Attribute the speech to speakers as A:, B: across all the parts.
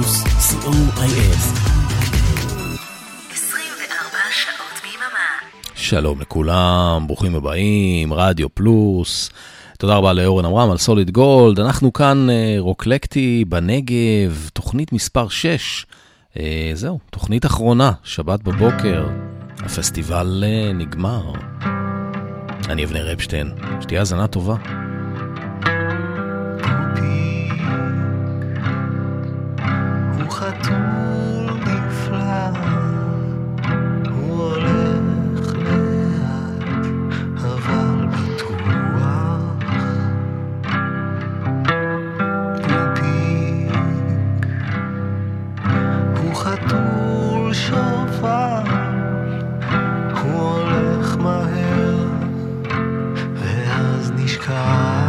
A: פלוס, COIF.
B: 24 שעות ביממה.
A: שלום לכולם, ברוכים הבאים, רדיו פלוס. תודה רבה לאורן אמרם על סוליד גולד. אנחנו כאן רוקלקטי בנגב, תוכנית מספר 6. זהו, תוכנית אחרונה, שבת בבוקר. הפסטיבל נגמר. אני אבנר רפשטיין, שתהיה הזנה טובה.
C: הוא חתול נפלא, הוא הולך לאט, אבל בטוח. פופיק, הוא חתול שופר, הוא הולך מהר, ואז נשכח.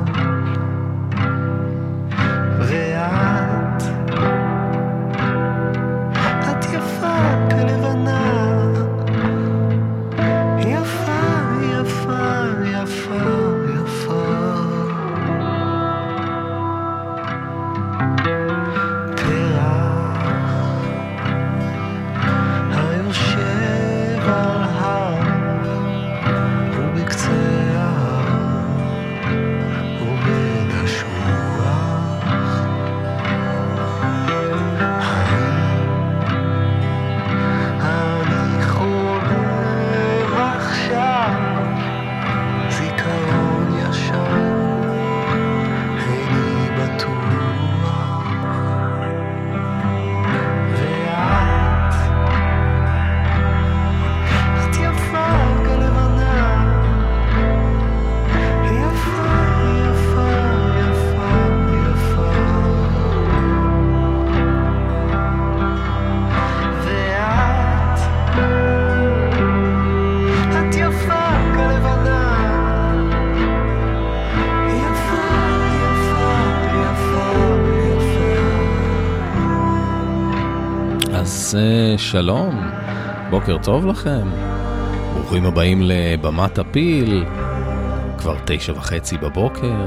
A: שלום, בוקר טוב לכם. ברוכים הבאים לבמת הפיל. כבר 9:30 בבוקר.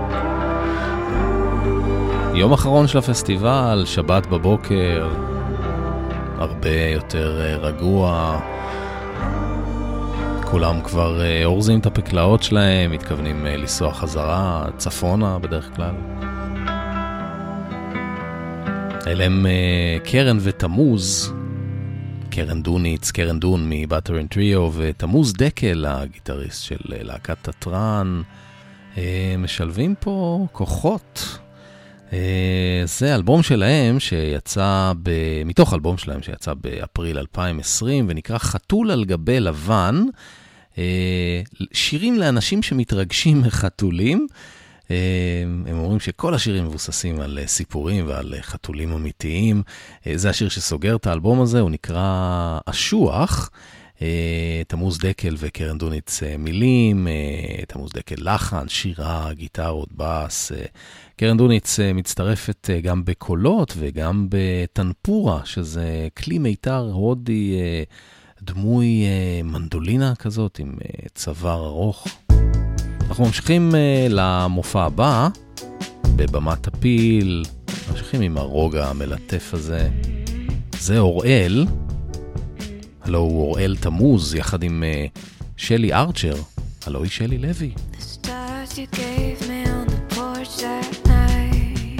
A: יום אחרון של הפסטיבל, שבת בבוקר. הרבה יותר רגוע. כולם כבר אורזים את הפקלאות שלהם, מתכוונים לנסוע חזרה, צפונה בדרך כלל. אלה הם קרן ותמוז. קרן דוניץ, קרן דון מבטרן טריו, ותמוז דקל, הגיטריסט של להקת תטרן, משלבים פה כוחות. זה אלבום שלהם שיצא, מתוך אלבום שלהם שיצא באפריל 2020, ונקרא חתול על גבי לבן, שירים לאנשים שמתרגשים מחתולים. הם אומרים שכל השירים מבוססים על סיפורים ועל חתולים אמיתיים. זה השיר שסוגר את האלבום הזה, הוא נקרא אשוח. תמוז דקל וקרן דוניץ מילים, תמוז דקל לחן, שירה, גיטרות, בס. קרן דוניץ מצטרפת גם בקולות וגם בטנפורה, שזה כלי מיתר הודי דמוי מנדולינה כזאת עם צוואר ארוך. אנחנו ממשיכים למופע הבא, בבמת הפיל, ממשיכים עם הרוגע המלטף הזה. זה אוראל, הלו הוא אוראל תמוז, יחד עם שלי ארצ'ר, הלו היא שלי לוי.
D: The stars you gave me on the porch that night,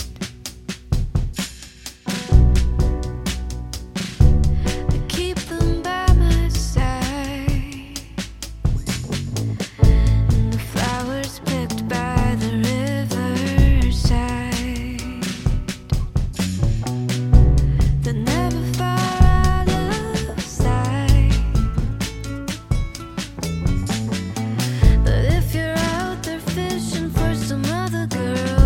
D: I keep them by my side, and the flowers picked by the riverside that never fall out of sight. But if you're out there fishing for some other girl,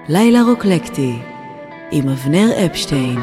E: לילה רוקלקטי עם אבנר אפשטיין.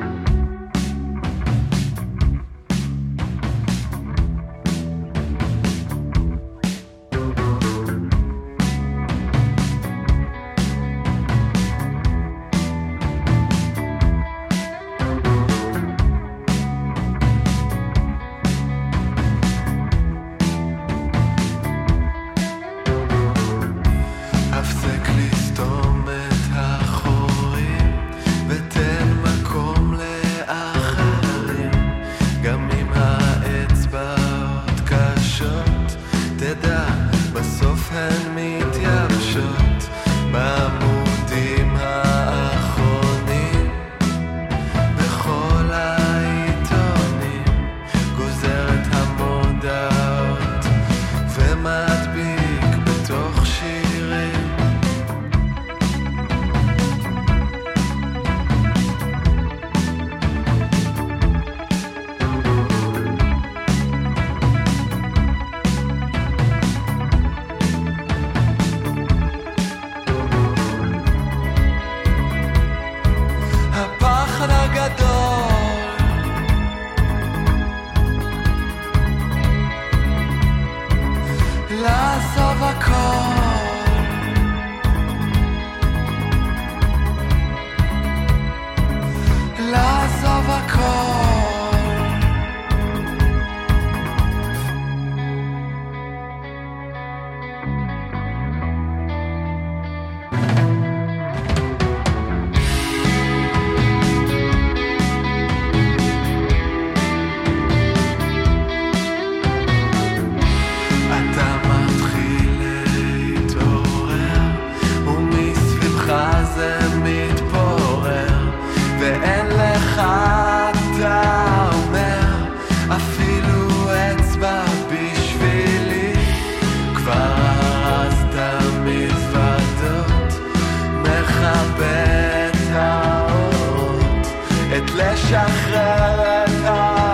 C: לשחרר את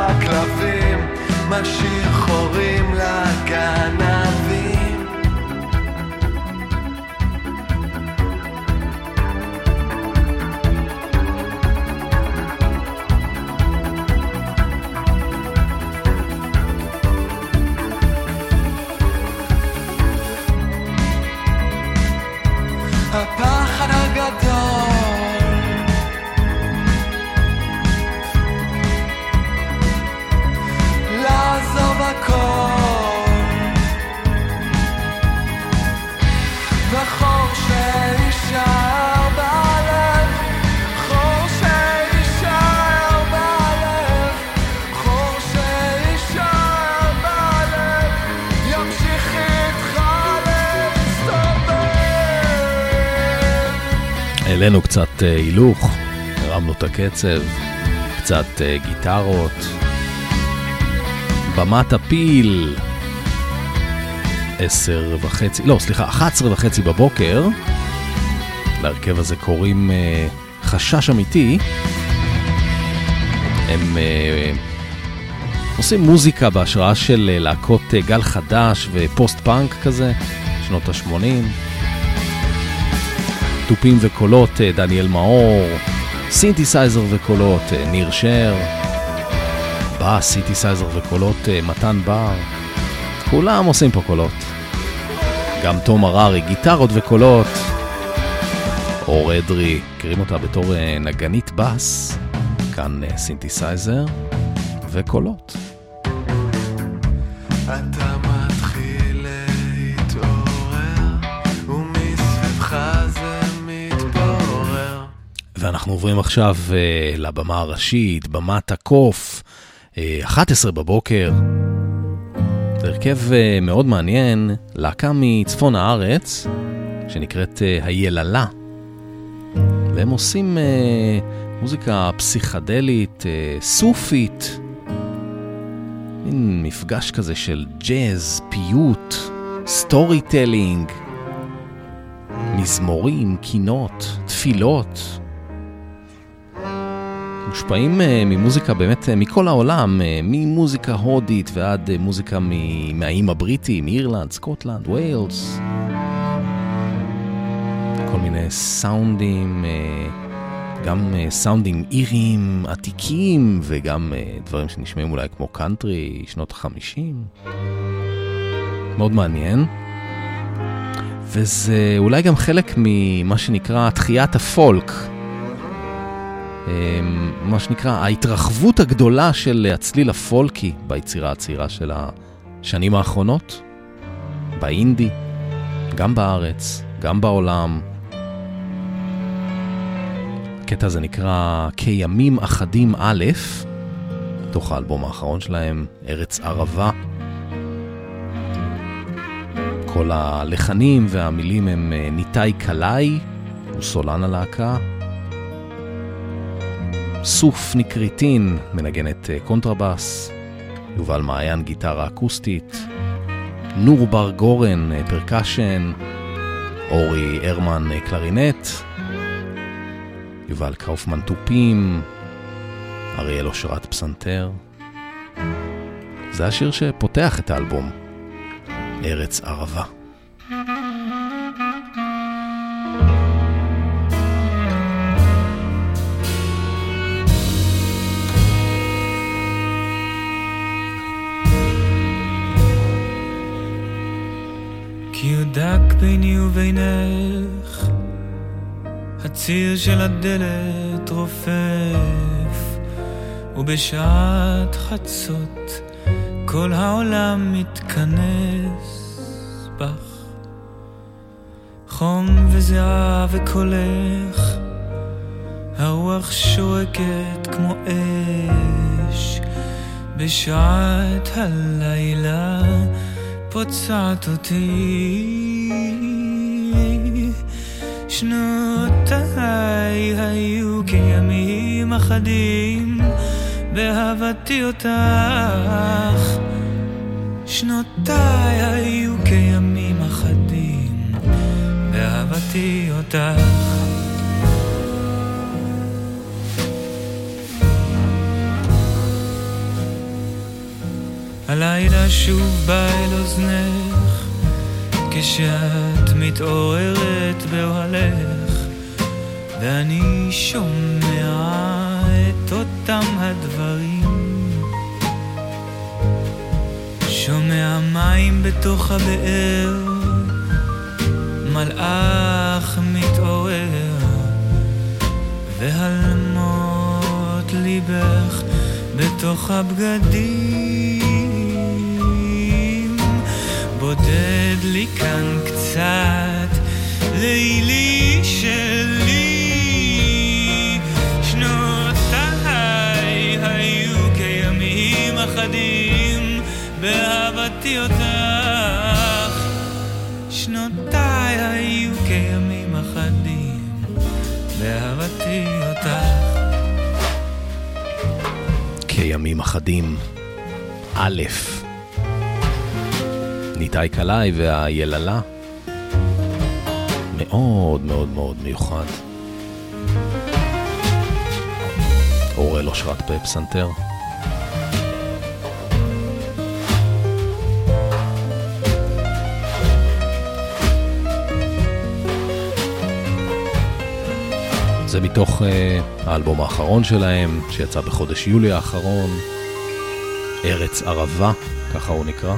C: הכלבים, משאיר חורים לגנבים. הפחד הגדול לעזוב הכל, וחור שישאר בלב, חור שישאר בלב, חור שישאר בלב, ימשיך איתך להסתובב.
A: אלינו קצת הילוך, הרמנו את הקצב, קצת גיטרות, במת הפיל, 11:30 בבוקר. להרכב הזה קוראים חשש אמיתי. הם עושים מוזיקה בהשראה של להקות גל חדש ופוסט פאנק כזה, שנות ה-80. טופים וקולות דניאל מאור, סינתסייזר וקולות ניר שר, בס, סינתסייזר וקולות מתן בר. כולם עושים פה קולות. גם תום הררי, גיטרות וקולות. אור אדרי, קוראים אותה בתור נגנית בס. כאן סינתסייזר וקולות.
C: אתה מתחיל להתעורר, ומסביבך זה מתפורר.
A: ואנחנו עוברים עכשיו לבמה הראשית, במת הקוף, 11 בבוקר. הרכב מאוד מעניין, להקה מצפון הארץ, שנקראת היללה. והם עושים מוזיקה פסיכדלית, סופית, מין מפגש כזה של ג'אז, פיוט, סטורי טלינג, מזמורים, קינות, תפילות. מושפעים ממוזיקה באמת מכל העולם, ממוזיקה הודית ועד מוזיקה מהאיים הבריטיים, אירלנד, סקוטלנד, ויילס. כל מיני סאונדים, גם סאונדים איריים עתיקים, וגם דברים שנשמעים אולי כמו קאנטרי, שנות ה-50. מאוד מעניין. וזה אולי גם חלק ממה שנקרא תחיית הפולק. מה שנקרא ההתרחבות הגדולה של הצליל הפולקי ביצירה הצעירה של השנים האחרונות. באינדי, גם בארץ, גם בעולם. הקטע הזה נקרא כימים אחדים א', תוך האלבום האחרון שלהם, ארץ ערבה. כל הלחנים והמילים הם ניתאי קלעי, הוא סולן הלהקה. סוף נקריטין מנגנת קונטרבס, יובל מעיין גיטרה אקוסטית, נור בר גורן פרקשן, אורי הרמן קלרינט, יובל קאופמן טופים, אריאל אושרת פסנתר. זה השיר שפותח את האלבום, ארץ ערבה.
C: כי יודק ביני ובינך הציר של הדלת רופף, ובשעת חצות כל העולם מתכנס בך. חום וזיעה וקולך, הרוח שורקת כמו אש, בשעת הלילה פוצעת אותי. שנותיי היו כימים אחדים באהבתי אותך. שנותיי היו כימים אחדים באהבתי אותך. הלילה שוב בא אל אוזנך כשאת מתעוררת באוהלך, ואני שומע את אותם הדברים. שומע מים בתוך הבאר, מלאך מתעורר, והלמות ליבך בתוך הבגדים. בודד לי כאן קצת לילי שלי. שנותיי היו כימים אחדים באהבתי אותך. שנותיי היו כימים אחדים באהבתי אותך.
A: כימים אחדים א', ניתאי קלעי והיללה. מאוד מאוד מאוד מיוחד. אוראל אושרת בפסנתר. זה מתוך האלבום האחרון שלהם, שיצא בחודש יולי האחרון, ארץ ערבה, ככה הוא נקרא.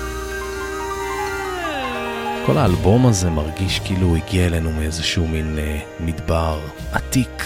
A: כל האלבום הזה מרגיש כאילו הוא הגיע אלינו מאיזשהו מין מדבר עתיק.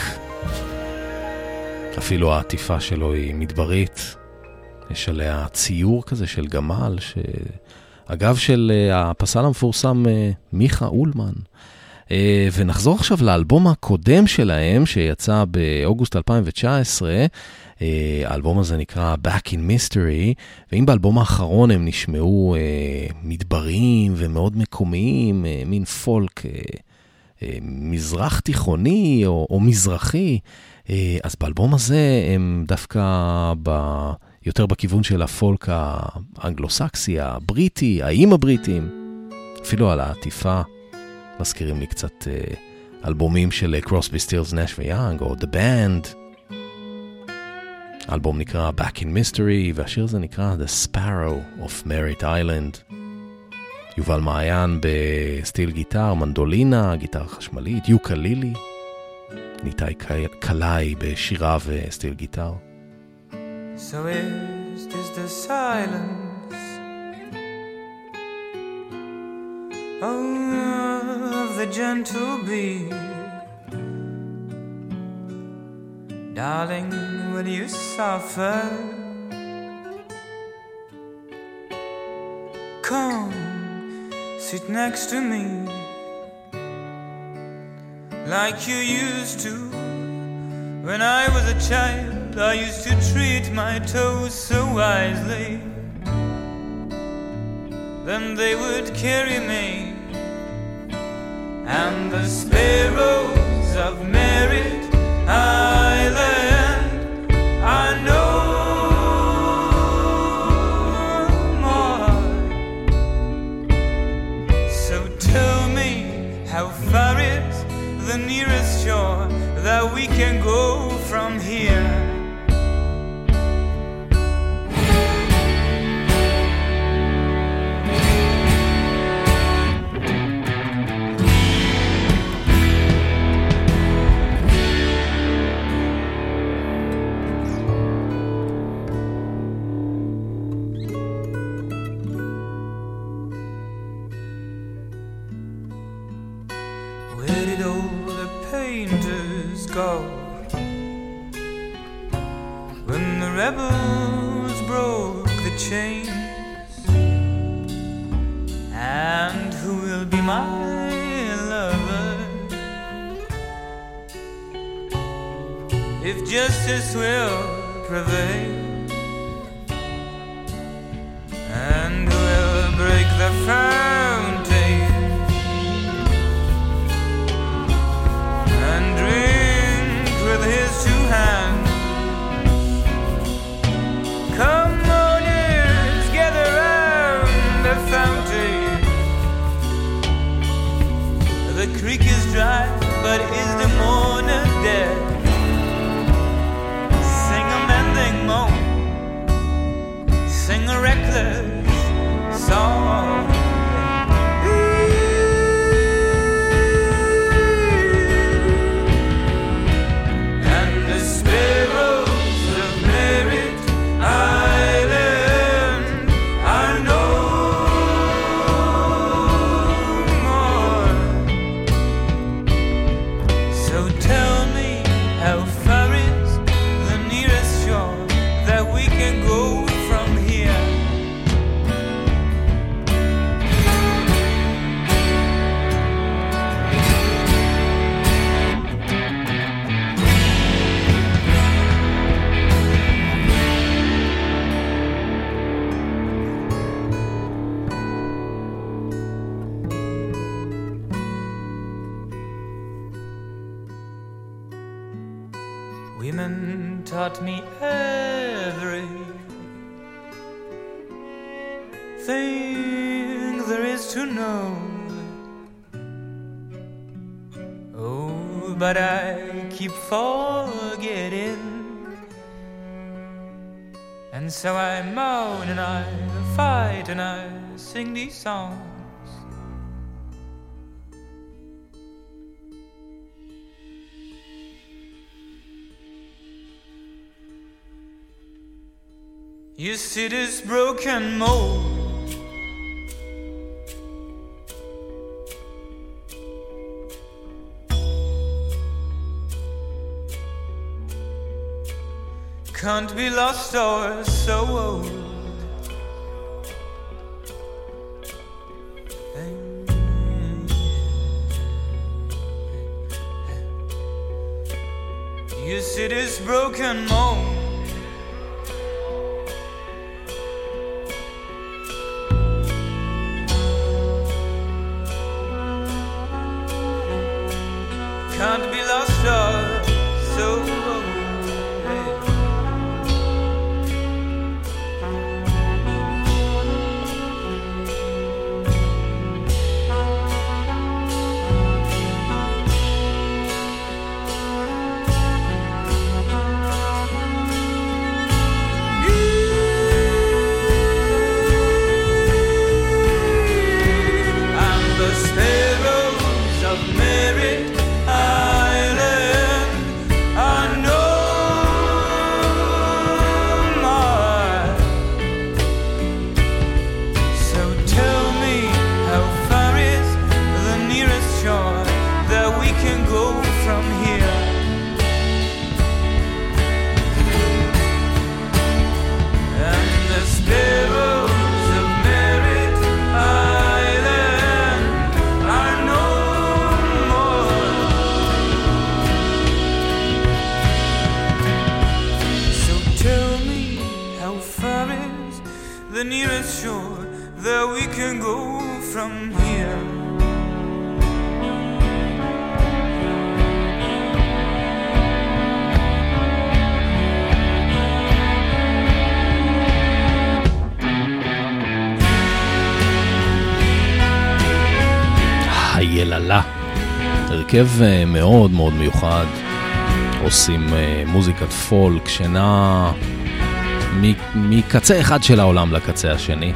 A: אפילו העטיפה שלו היא מדברית. יש עליה ציור כזה של גמל, אגב של הפסל המפורסם מיכה אולמן. ונחזור עכשיו לאלבום הקודם שלהם, שיצא באוגוסט 2019. האלבום הזה נקרא Back in Mystery, ואם באלבום האחרון הם נשמעו מדברים ומאוד מקומיים, מין פולק מזרח תיכוני או מזרחי, אז באלבום הזה הם דווקא יותר בכיוון של הפולק האנגלוסקסי, הבריטי, האיים הבריטים. אפילו על העטיפה מזכירים לי קצת אלבומים של קרוסבי, סטילס, נש ויאנג, או The Band. האלבום נקרא Back in Mystery, והשיר הזה נקרא The Sparrow of Merritt Island. יובל מעיין בסטיל גיטר, מנדולינה, גיטרה חשמלית, יוקלילי, ניתאי קלעי בשירה וסטיל גיטר.
C: So is this the silence of the gentle bee? Darling, will you suffer? Come, sit next to me like you used to. When I was a child, I used to treat my toes so wisely. Then they would carry me, and the sparrows of Merritt Island are no more. So tell me, how far is the nearest shore that we can go from here? Where did all the painters go when the rebels broke the chains? And who will be my lover if justice will prevail? And who will break the fountain and drink with his two hands? Come on, ears, gather round the fountain. The creek is dry, but is the mourner dead? Sing a mending moan, sing a reckless song. And the sparrows of Merritt Island are no more. So tell me, how far is the nearest shore that we can go from here? Women taught me everything there is to know. Oh, but I keep forgetting, and so I moan and I fight and I sing these songs. You see this broken mold, can't be lost or so old. You see this broken mold, can't be lost or so old. that we can go from here.
A: היללה, הרכב מאוד מאוד מיוחד, עושים מוזיקת פולק שנע מקצה אחד של העולם לקצה השני.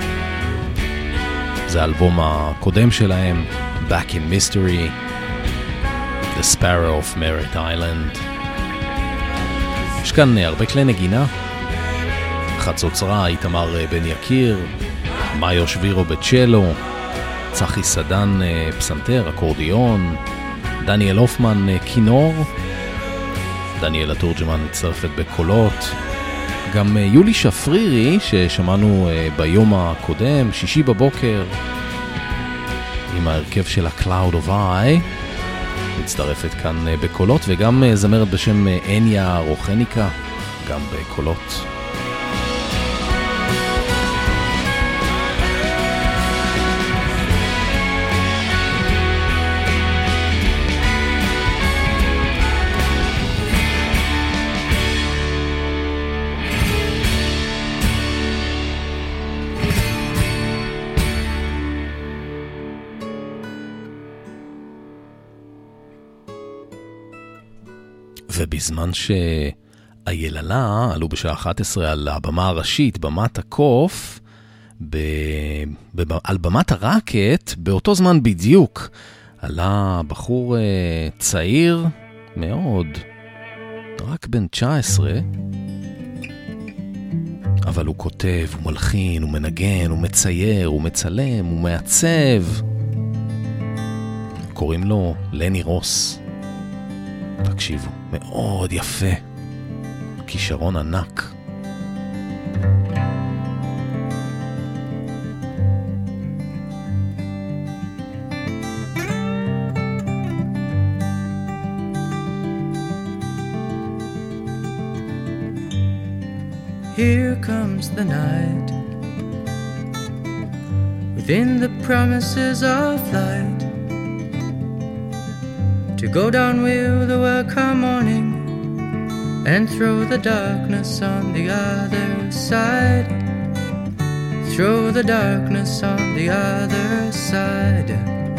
A: זה האלבום הקודם שלהם, Back in Mystery, The Sparrow of Merritt Island. יש כאן הרבה כלי נגינה, חצוצרה איתמר בן יקיר, מאיו שבירו בצ'לו, צחי סדן פסנתר, אקורדיון, דניאל הופמן כינור, דניאל התורג'מן מצטרפת בקולות, גם יולי שפרירי ששמענו ביום הקודם, שישי בבוקר, עם ההרכב של ה-Cloud of Eye, מצטרפת כאן בקולות, וגם זמרת בשם אניה רוחניקה, גם בקולות. ובזמן שהיללה עלו בשעה 11 על הבמה הראשית, במת הקוף, על במת הרקט, באותו זמן בדיוק, עלה בחור צעיר מאוד, רק בן 19, אבל הוא כותב, הוא מלחין, הוא מנגן, הוא מצייר, הוא מצלם, הוא מעצב. קוראים לו לני רוס. תקשיבו, מאוד יפה, כישרון ענק.
C: Here comes the night, within the promises of light, to go down with the welcome morning and throw the darkness on the other side. Throw the darkness on the other side.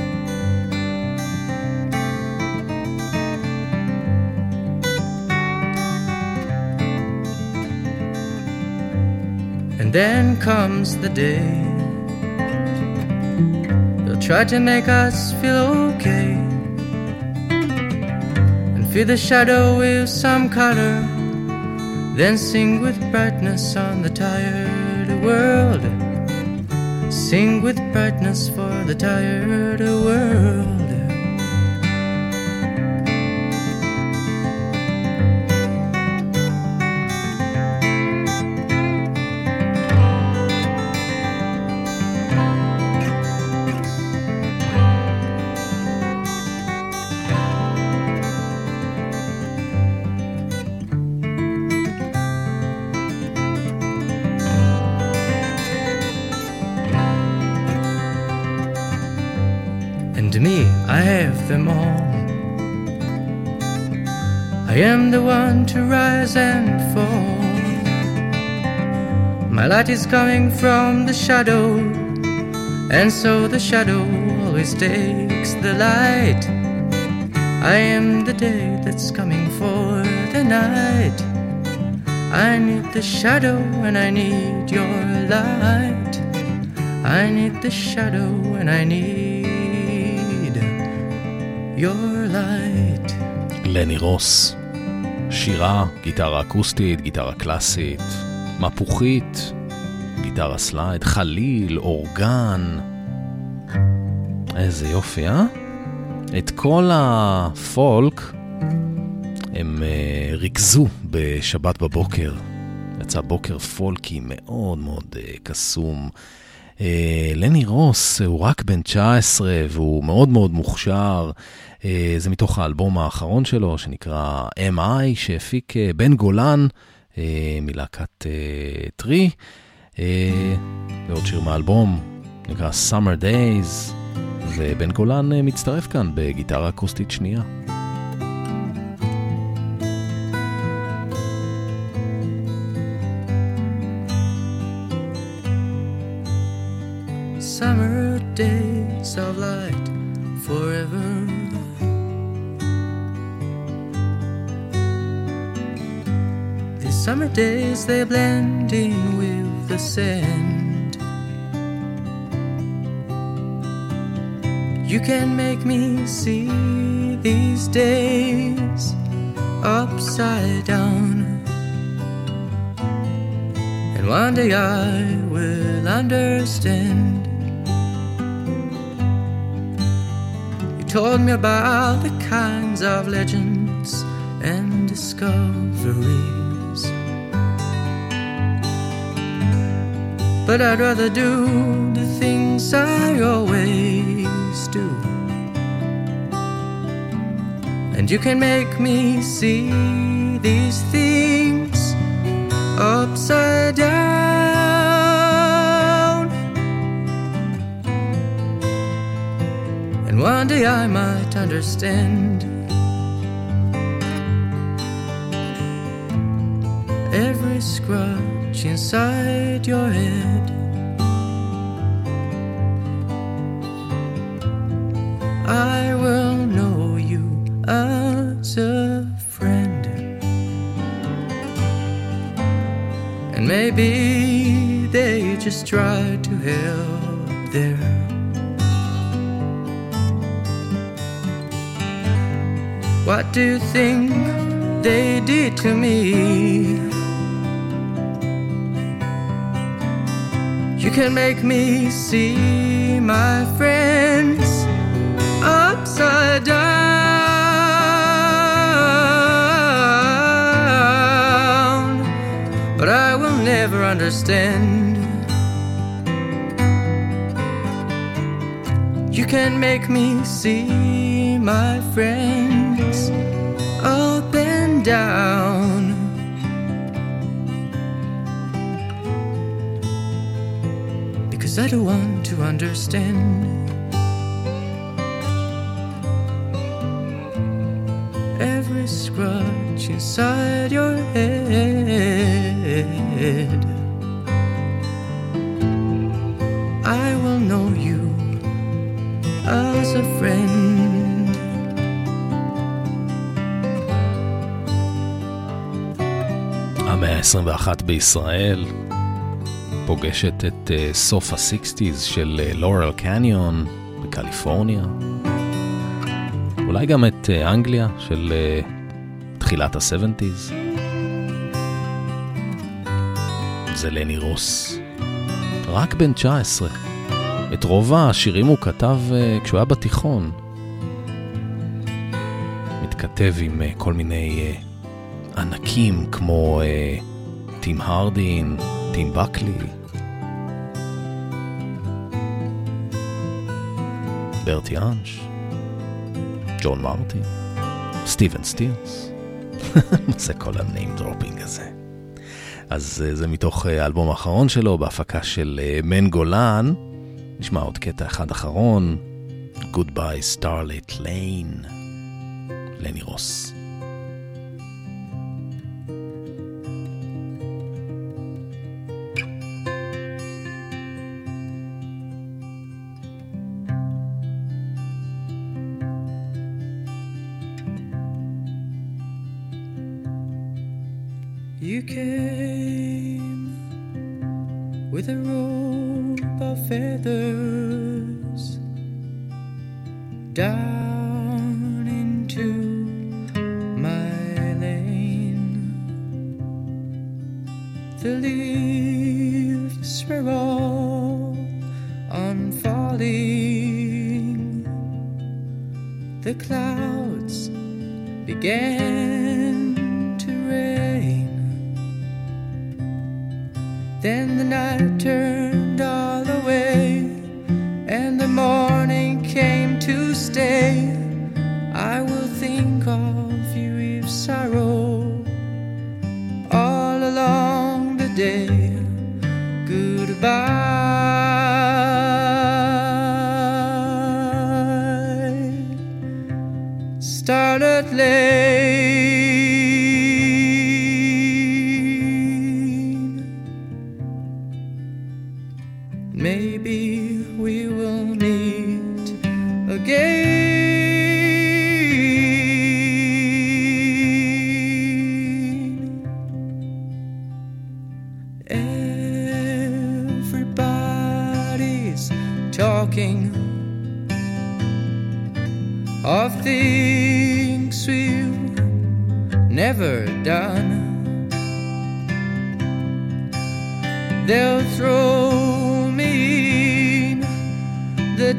C: And then comes the day, they'll try to make us feel okay, feel the shadow with some color, then sing with brightness on the tired world. Sing with brightness for the tired world. Me, I have them all. I am the one to rise and fall. My light is coming from the shadow, and so the shadow always takes the light. I am the day that's coming for the night. I need the shadow and I need your light. I need the shadow and I need your light.
A: לני רוס, שירה, גיטרה אקוסטית, גיטרה קלאסית, מפוחית, גיטרה סלייד, חליל, אורגן. איזה יופי, את כל הפולק הם ריכזו בשבת בבוקר. יצא בוקר פולקי מאוד מאוד קסום. לני רוס הוא רק בן 19 והוא מאוד מאוד מוכשר. זה מתוך האלבום האחרון שלו שנקרא MI, שהפיק בן גולן מלהקת טרי. ועוד שיר מאלבום, נקרא Summer Days, ובן גולן מצטרף כאן בגיטרה אקוסטית שנייה.
C: Summer days of light forever. These summer days, they blend in with the sand. You can make me see these days upside down, and one day I will understand. Told me about the kinds of legends and discoveries, but I'd rather do the things I always do. And you can make me see these things upside down, and one day I might understand. Every scratch inside your head, I will know you as a friend, and maybe they just try to help there. What do you think they did to me? You can make me see my friends upside down, but I will never understand. You can make me see my friends up and down, because I don't want to understand. Every scratch inside your head, I will know you as a friend.
A: המאה ה-21 בישראל פוגשת את סוף ה-60s של לורל קניון בקליפורניה, אולי גם את אנגליה של תחילת ה-70s. זה לני רוס, רק בן 19. את רוב השירים הוא כתב כשהוא היה בתיכון, מתכתב עם כל מיני ענקים כמו טים הרדין, טים בקלי, ברטי אנש, ג'ון מרטין, סטיבן סטילס. זה כל הניים דרופינג הזה. אז זה מתוך האלבום האחרון שלו בהפקה של בן גולן. נשמע עוד קטע אחד אחרון, Goodbye Starlit Lane, לני רוס.
C: You came with a robe of feathers down into my lane. The leaves were all unfalling. The clouds began to rain. Then the night turned all away, and the morning came to stay. I will think of you with sorrow all along the day. Good starlit lane. Maybe we will meet again. Everybody's talking of things we've never done. They'll throw me in the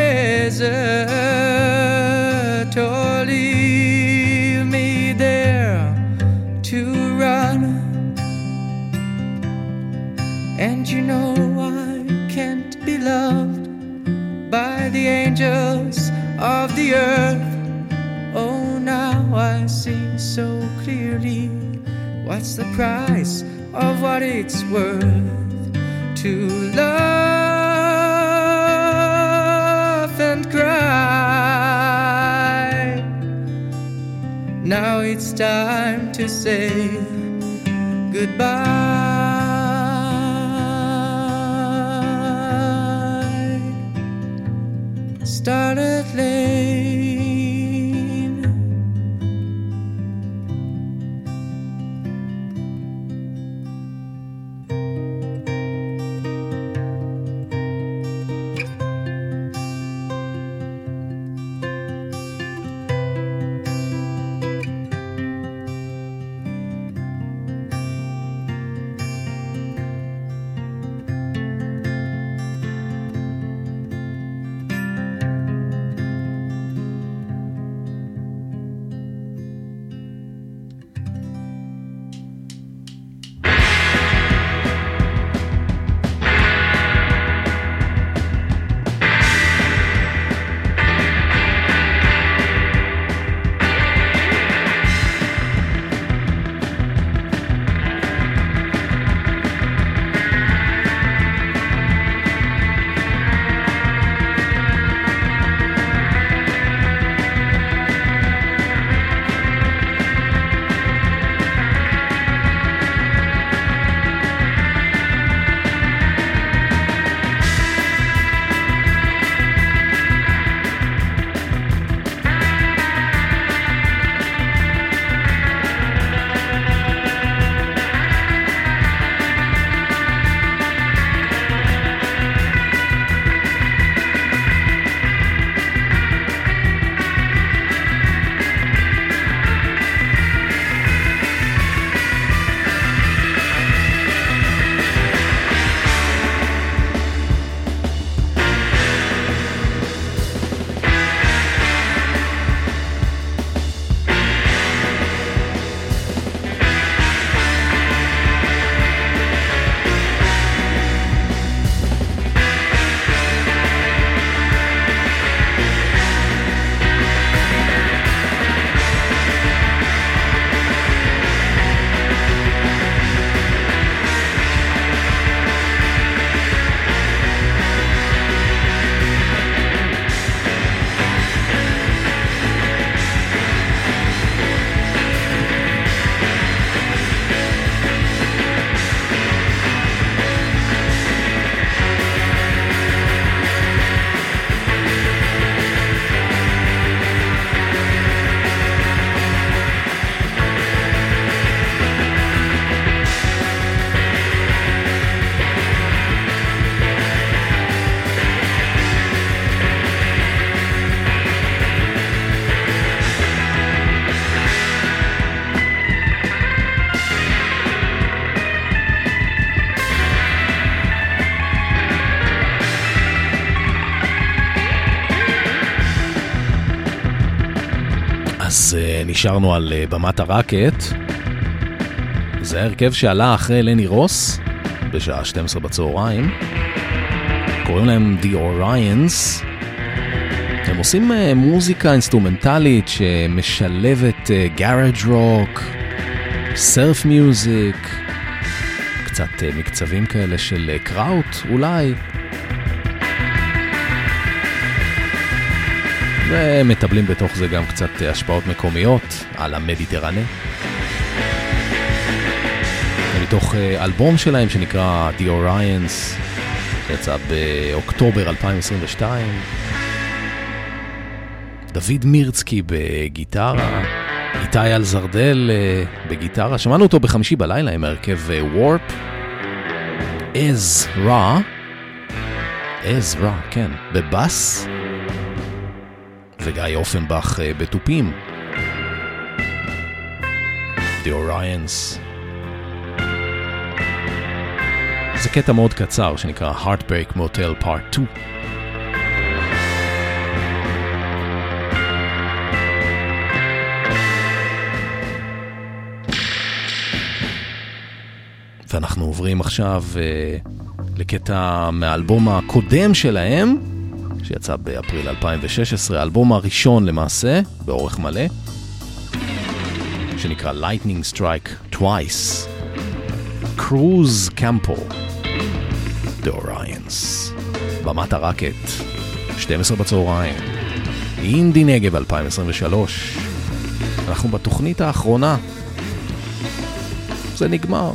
C: desert or leave me there to run. And you know I can't be loved by the angels of the earth. Oh, now I see so clearly what's the price of what it's worth to laugh and cry. Now it's time to say goodbye. Starlit lane.
A: אז נשארנו על במת הרקט. זה הרכב שעלה אחרי לני רוס בשעה 12 בצהריים. קוראים להם The Orions. הם עושים מוזיקה אינסטרומנטלית שמשלבת גאראג' רוק, סרף מיוזיק, קצת מקצבים כאלה של קראוט אולי. ומטבלים בתוך זה גם קצת השפעות מקומיות על המדיטרנה. מתוך אלבום שלהם שנקרא The Orions, שיצא באוקטובר 2022. דוד מירצקי בגיטרה, איתי אלזרדל בגיטרה, שמענו אותו בחמישי בלילה עם הרכב וורפ. עזרא, כן, בבאס, וגיא אופנבך בטופים. The Orions. זה קטע מאוד קצר שנקרא Heartbreak Motel Part 2. ואנחנו עוברים עכשיו לקטע מהאלבום הקודם שלהם, שיצא באפריל 2016, האלבום הראשון למעשה, באורך מלא, שנקרא Lightning Strike Twice. Cruz Campo, The Orions. במת הרקט, 12 בצהריים. אינדי נגב 2023. אנחנו בתוכנית האחרונה. זה נגמר.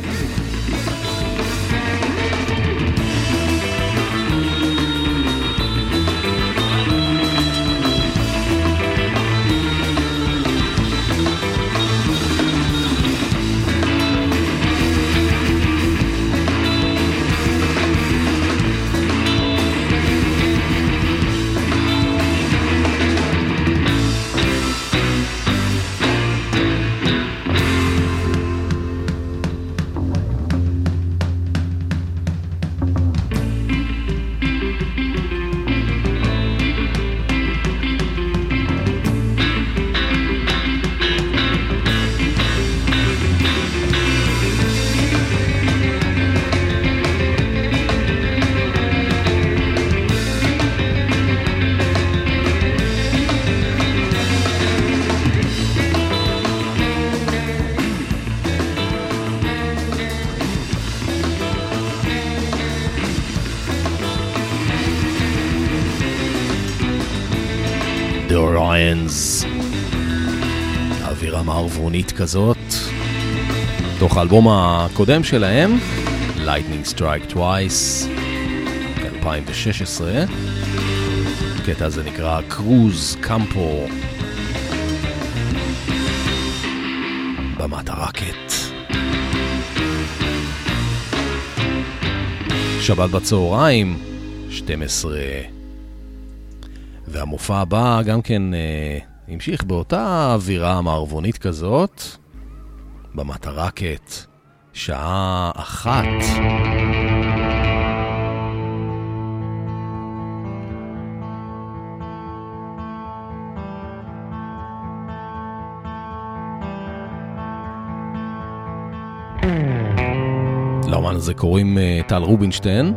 A: האווירה מערבונית כזאת, תוך האלבום הקודם שלהם, Lightning Strike Twice, 2016. הקטע הזה נקרא Cruz Campo, במת הרקט. שבת בצהריים, 12. והמופע הבא גם כן המשיך באותה אווירה מערבונית כזאת, במת הרקט, שעה 1. לאומן הזה קוראים טל רובינשטיין,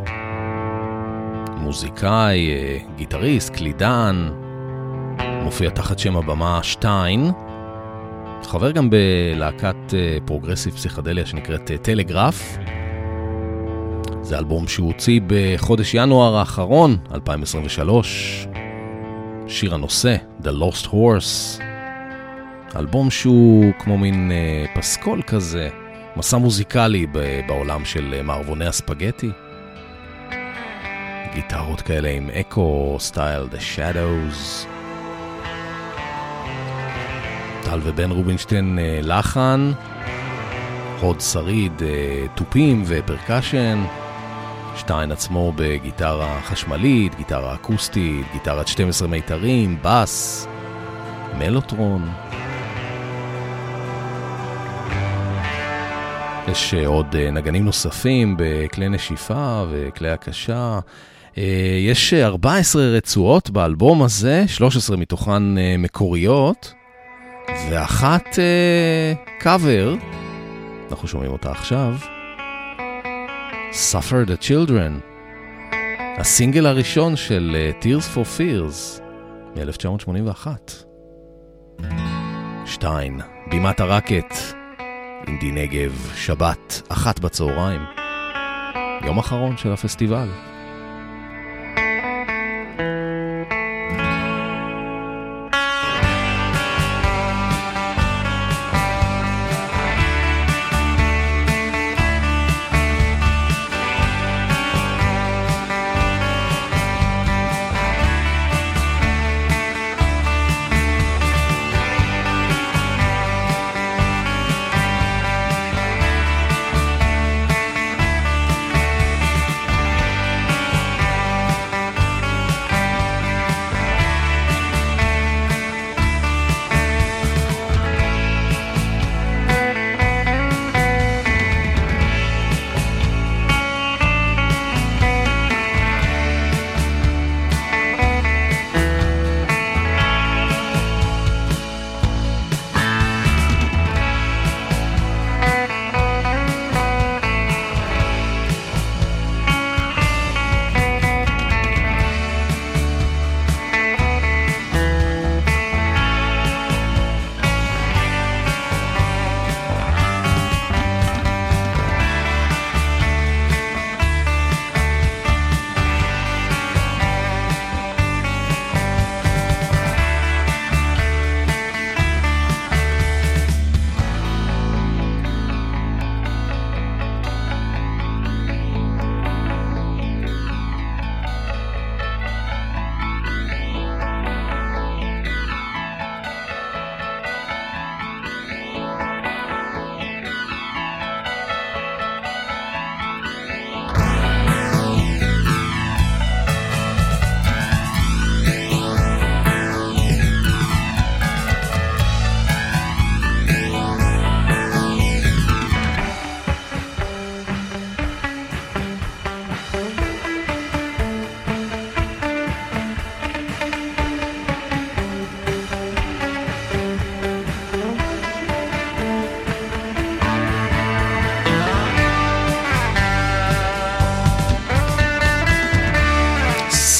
A: מוזיקאי, גיטריסט, קלידן, מופיע תחת שם הבמה שטיין, חבר גם בלהקת פרוגרסיב פסיכדליה שנקראת טלגרף. זה אלבום שהוא הוציא בחודש ינואר האחרון, 2023. שיר הנושא, The Lost Horse. אלבום שהוא כמו מין פסקול כזה, מסע מוזיקלי בעולם של מערבוני הספגטי. גיטרות כאלה עם אקו סטייל, The Shadows. טל ובן רובינשטיין לחן, הוד שריד טופים ופרקשן, שטיין עצמו בגיטרה חשמלית, גיטרה אקוסטית, גיטרת 12 מיתרים, בס, מלוטרון. יש עוד נגנים נוספים בכלי נשיפה וכלי הקשה. יש 14 רצועות באלבום הזה, 13 מתוכן מקוריות, ואחת קאבר, אנחנו שומעים אותה עכשיו, Suffer the Children, הסינגל הראשון של Tears for Fears מ-1981. שטיין, בימת הרקט, אינדי נגב, שבת, 1 בצהריים, יום אחרון של הפסטיבל.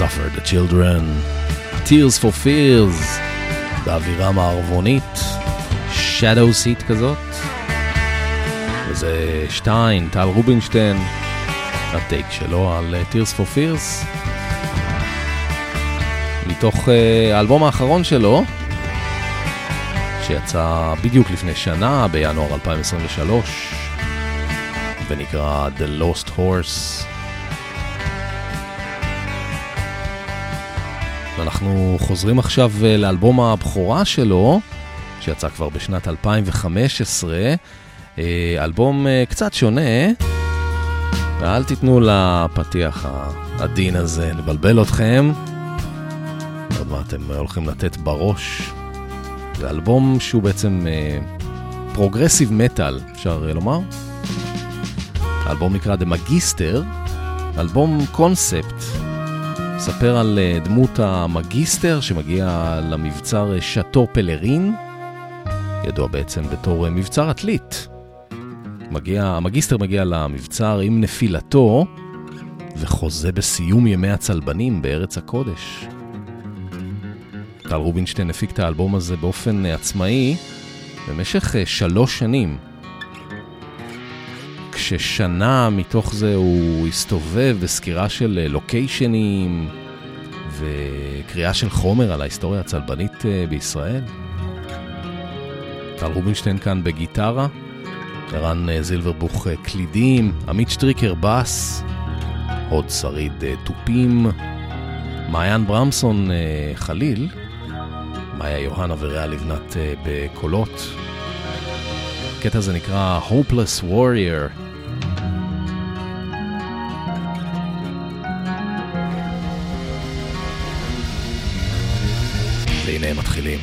A: Suffer the Children, Tears for Fears, באווירה מערבונית, Shadow Seat כזאת, וזה שטיין, טל רובינשטיין, הטייק שלו על Tears for Fears, מתוך האלבום האחרון שלו, שיצא בדיוק לפני שנה, בינואר 2023, ונקרא The Lost Horse. אנחנו חוזרים עכשיו לאלבום הבכורה שלו, שיצא כבר בשנת 2015, אלבום קצת שונה, ואל תיתנו לפתיח העדין הזה לבלבל אתכם, עוד מה אתם הולכים לתת בראש. זה אלבום שהוא בעצם פרוגרסיב מטל, אפשר לומר. האלבום נקרא The Magister, אלבום קונספט, מספר על דמות המגיסטר שמגיע למבצר שטו פלרין, ידוע בעצם בתור מבצר עתלית. המגיסטר מגיע למבצר עם נפילתו, וחוזה בסיום ימי הצלבנים בארץ הקודש. טל רובינשטיין הפיק את האלבום הזה באופן עצמאי במשך 3 שנים. כששנה מתוך זה הוא הסתובב בסקירה של לוקיישנים וקריאה של חומר על ההיסטוריה הצלבנית בישראל. טל רובינשטיין כאן בגיטרה, ערן זילברבוך קלידים, עמית שטריקר בס, הוד שריד תופים, מעיין ברמסון חליל, מאיה יוהנה וריאה לבנת בקולות. הקטע הזה נקרא Hopeless Warrior. והנה הם מתחילים.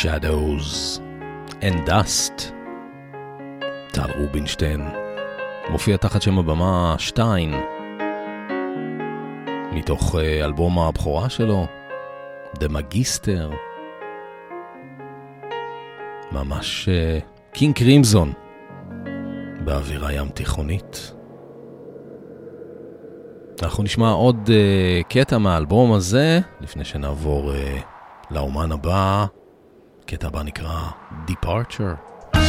A: Shadows and Dust, טל רובינשטיין, מופיע תחת שם הבמה 2, מתוך אלבום הבכורה שלו, The Magister, ממש קינג קרימזון, באווירה ים תיכונית. אנחנו נשמע עוד קטע מהאלבום הזה, לפני שנעבור לאומן הבא. קטע הבא נקרא Departure.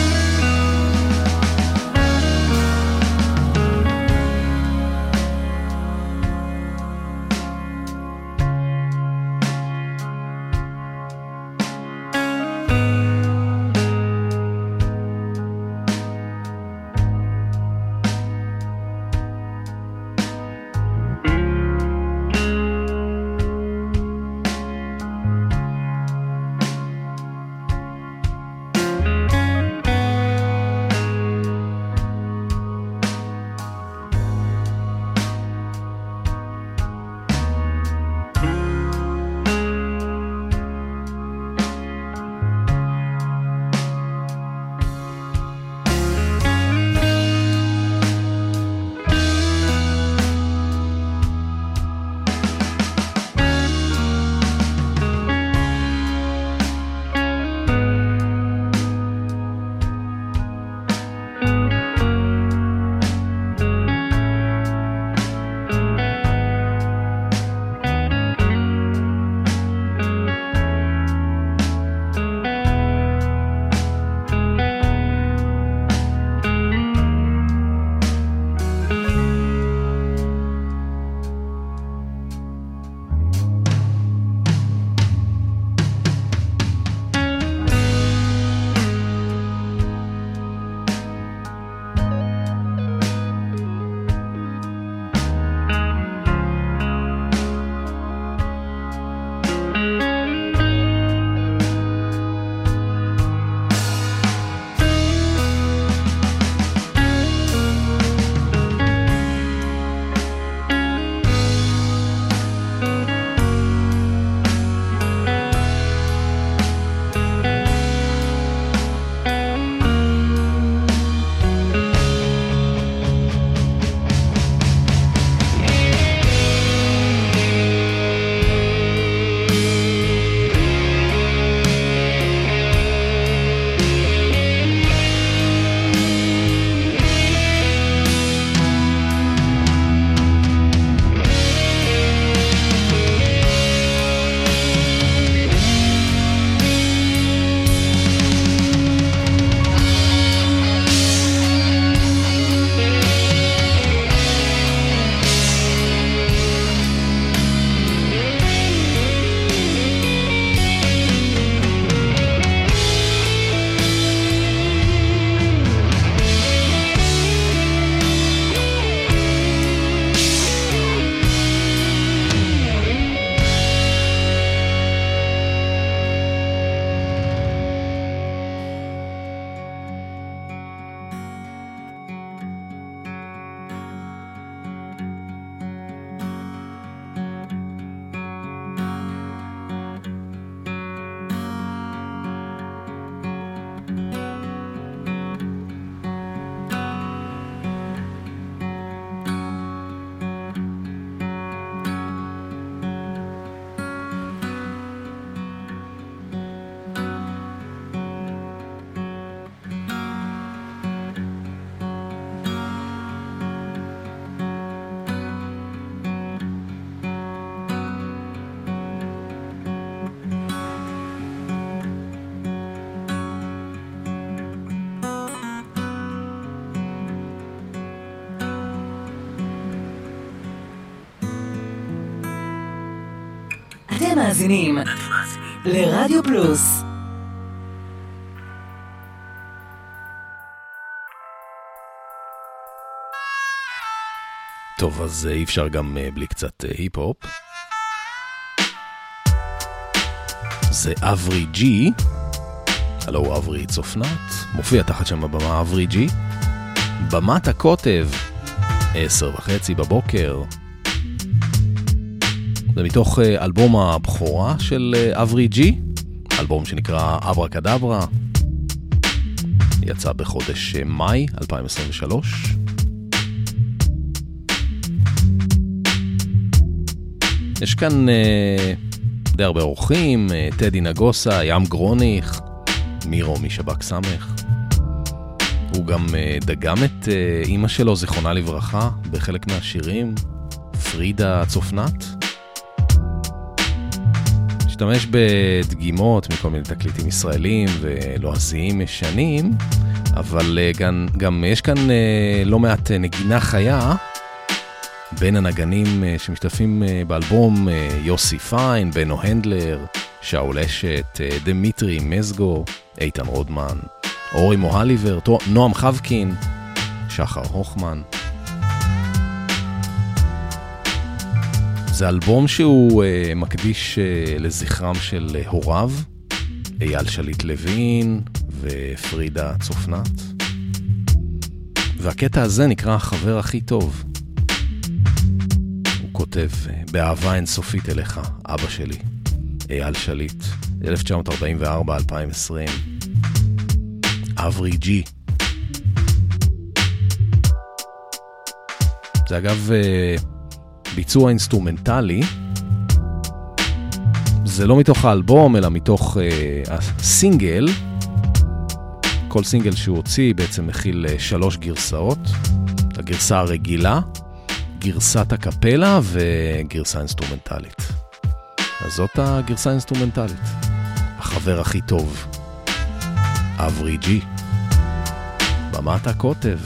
E: אתם מאזינים לרדיו פלוס.
A: טוב, אז אי אפשר גם בלי קצת היפ-הופ. זה אברי ג'י, הלו אברי צופנת, מופיע תחת שם בבמה אברי ג'י, במת הקוטב, 10:30 בבוקר. זה מתוך אלבום הבכורה של אברי ג'י, אלבום שנקרא אברקדברה, יצא בחודש מאי 2023. יש כאן די הרבה אורחים, טדי נגוסה, ים גרוניך, מירו משבק סמך. הוא גם דגם את אמא שלו, זיכרונה לברכה, בחלק מהשירים, פרידה צופנת. השתמש בדגימות מכל מיני תקליטים ישראלים ולועזיים ישנים, אבל גם יש כאן לא מעט נגינה חיה, בין הנגנים שמשתתפים באלבום יוסי פיין, בנו הנדלר, שאול אשת, דמיטרי מזגו, איתן רודמן, אורי מוהליבר, נועם חבקין, שחר הוחמן. זה אלבום שהוא מקדיש לזכרם של הוריו, אייל שליט לוין ופרידה צופנת. והקטע הזה נקרא החבר הכי טוב. הוא כותב, באהבה אינסופית אליך, אבא שלי, אייל שליט, 1944-2020. אברי ג'י. זה אגב ביצוע אינסטרומנטלי. זה לא מתוך האלבום, אלא מתוך הסינגל. כל סינגל שהוא הוציא בעצם מכיל 3 גרסאות. הגרסה הרגילה, גרסת הקפלה וגרסה אינסטרומנטלית. אז זאת הגרסה האינסטרומנטלית. החבר הכי טוב. אברי ג'י. במת הכותב.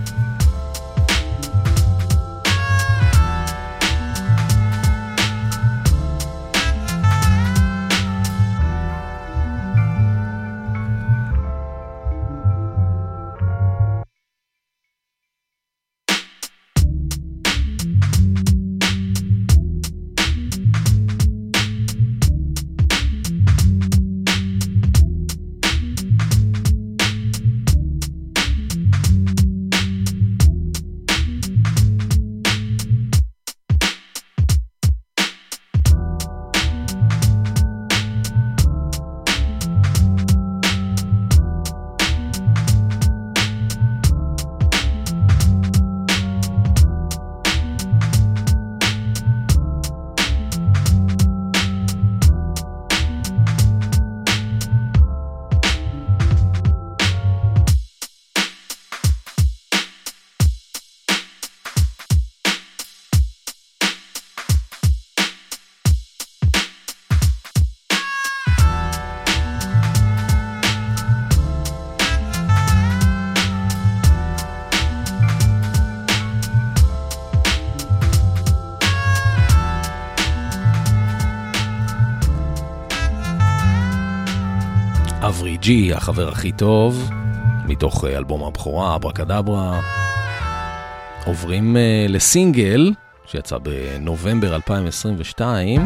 A: אברי ג'י, החבר הכי טוב, מתוך אלבום הבכורה, אברקדברה. עוברים לסינגל, שיצא בנובמבר 2022,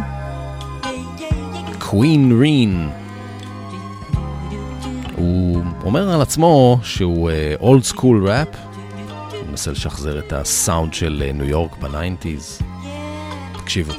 A: קווין רין. הוא אומר על עצמו שהוא אולד סקול ראפ, הוא מנסה לשחזר את הסאונד של ניו יורק ב-90s. תקשיבו.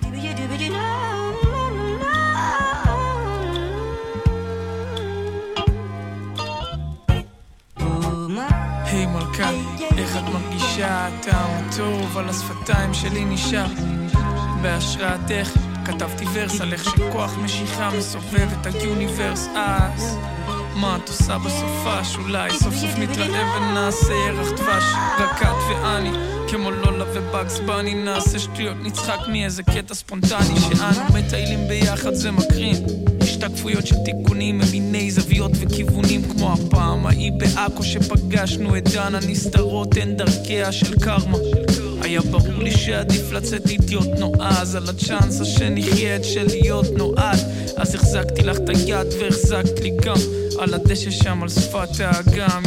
F: היי מלכה, איך את מרגישה? טעם טוב על השפתיים שלי נשאר. בהשראתך כתבתי ורס על איך שכוח משיכה מסובב את היוניברס. אז מה את עושה בסופש? אולי סוף סוף נתראה ונעשה ירח דבש. רק את ואני כמו לולה ובאגס בני, נעשה שטויות נצחק מאיזה קטע ספונטני שאנו מטיילים ביחד, זה מקרין. השתקפויות של תיקונים ממיני זוויות וכיוונים, כמו הפעם ההיא באקו שפגשנו את דנה. נסתרות הן דרכיה של קרמה. היה ברור לי שעדיף לצאת אידיוט נועז על הצ'אנסה שנחיה את של להיות נועד. אז החזקתי לך את היד והחזקת לי גם על הדשא שם על שפת האגם.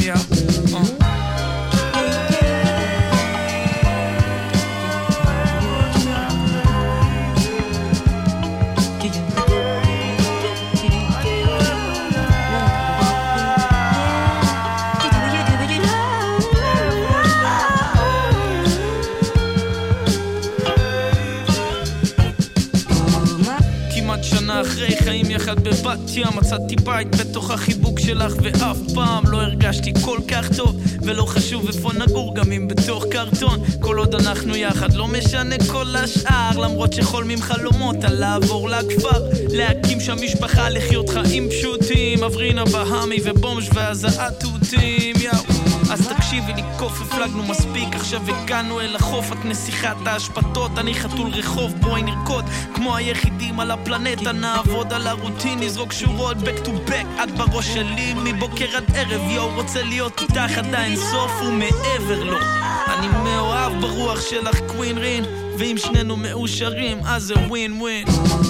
F: אחרי חיים יחד בבת ים, מצאתי בית בתוך החיבוק שלך ואף פעם לא הרגשתי כל כך טוב, ולא חשוב איפה נגור גם אם בתוך קרטון, כל עוד אנחנו יחד לא משנה כל השאר, למרות שחולמים חלומות על לעבור לכפר, להקים שם משפחה, לחיות חיים פשוטים, אברינה בהמי ובומש והזעת תותים, אז תקשיבי לי קוף, הפלגנו מספיק, עכשיו הגענו אל החוף, את נסיכת ההשפטות, אני חתול רחוב, בואי נרקוד כמו היחידים על הפלנטה, נעבוד על הרוטין, נזרוק שורות back to back, את בראש שלי מבוקר עד ערב, יו רוצה להיות איתך עד אין סוף ומעבר לו, אני מאוהב ברוח שלך קווין רין, ואם שנינו מאושרים אז זה ווין ווין,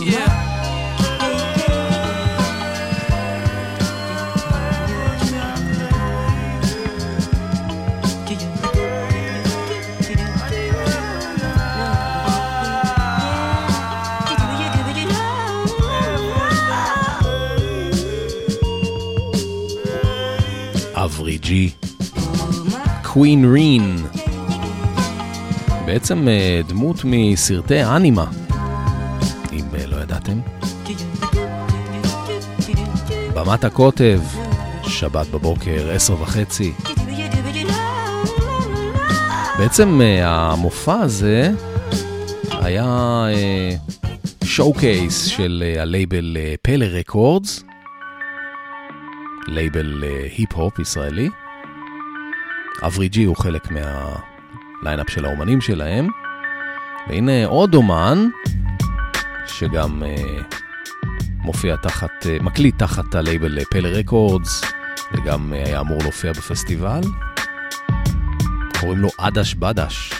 A: אברי ג'י, קווין רין, בעצם דמות מסרטי אנימה, אם לא ידעתם. במת הקוטב, שבת בבוקר, 10:30. בעצם המופע הזה היה שואו-קייס של הלייבל פלא רקורדס, לייבל היפ-הופ ישראלי. אברי ג'י הוא חלק מהליינאפ של האומנים שלהם. והנה עוד אומן, שגם מופיע מקליט תחת הלייבל פלא רקורדס, וגם היה אמור להופיע בפסטיבל. קוראים לו אדש בדש.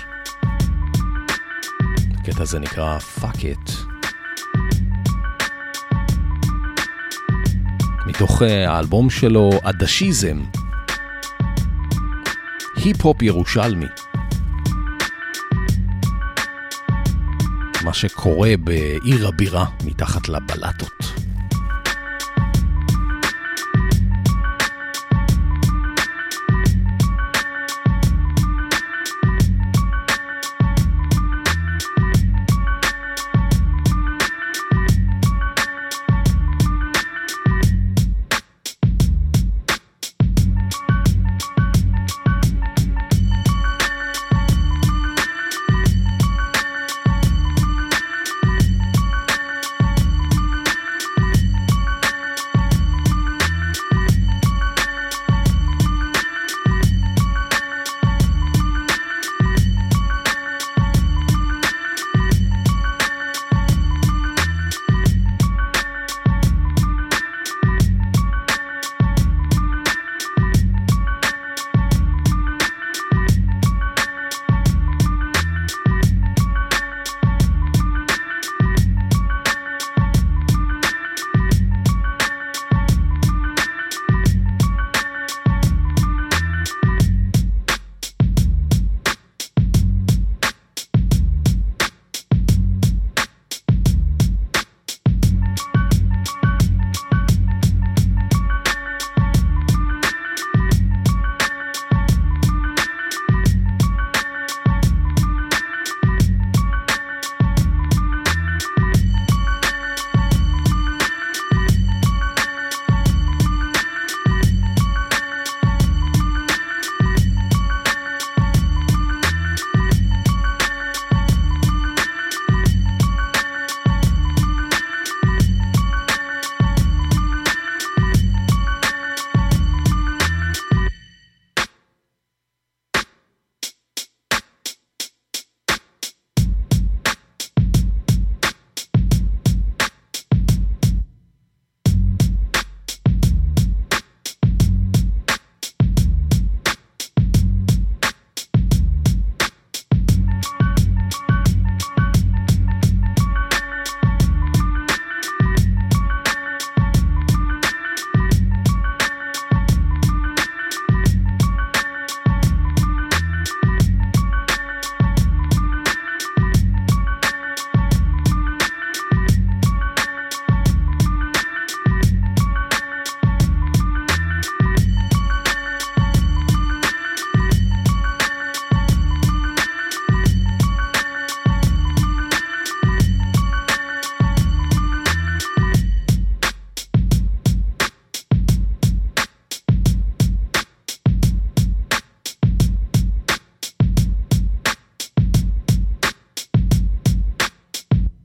A: הקטע הזה נקרא Fuck It. מתוך האלבום שלו אדשיזם, היפ-הופ ירושלמי, מה שקורה בעיר הבירה מתחת לבלטות.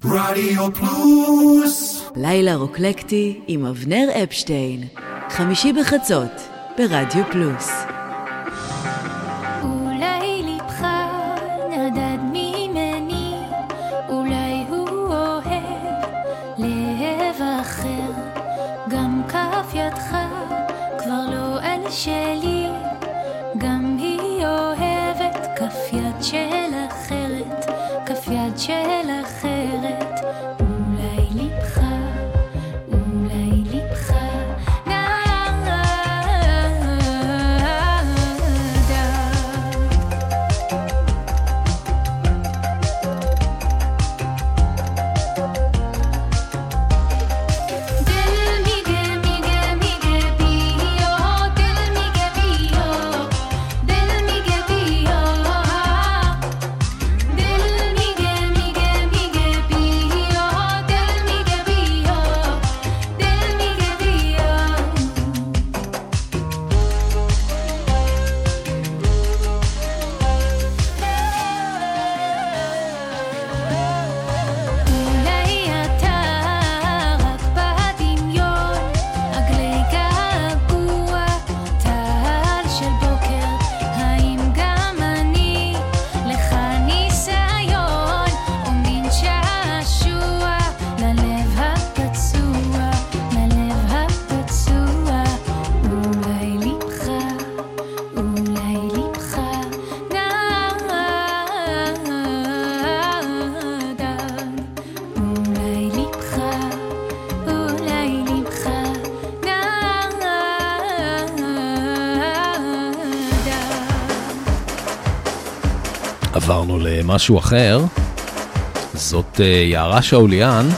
G: רדיו פלוס.
E: לילה רוקלקטי עם אבנר אפשטיין. חמישי בחצות ברדיו פלוס.
D: אולי ליבך נדד ממני, אולי הוא אוהב לב אחר, גם כף ידך כבר לא אל שלי, גם היא אוהבת כף יד של אחרת, כף יד של אחרת. אולי ליבך, אולי ליבך
A: עברנו למשהו אחר. זאת יערה שאוליאן,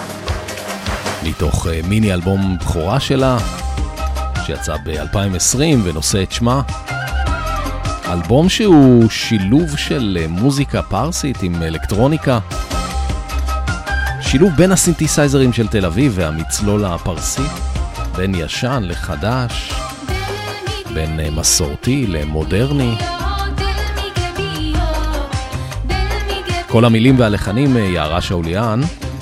A: מתוך מיני אלבום בכורה שלה, שיצא ב-2020 ונושא את שמה. אלבום שהוא שילוב של מוזיקה פרסית עם אלקטרוניקה, שילוב בין הסינתסייזרים של תל אביב והמצלול הפרסי, בין ישן לחדש, בין מסורתי למודרני. כל המילים והלחנים יערה שאוליאן,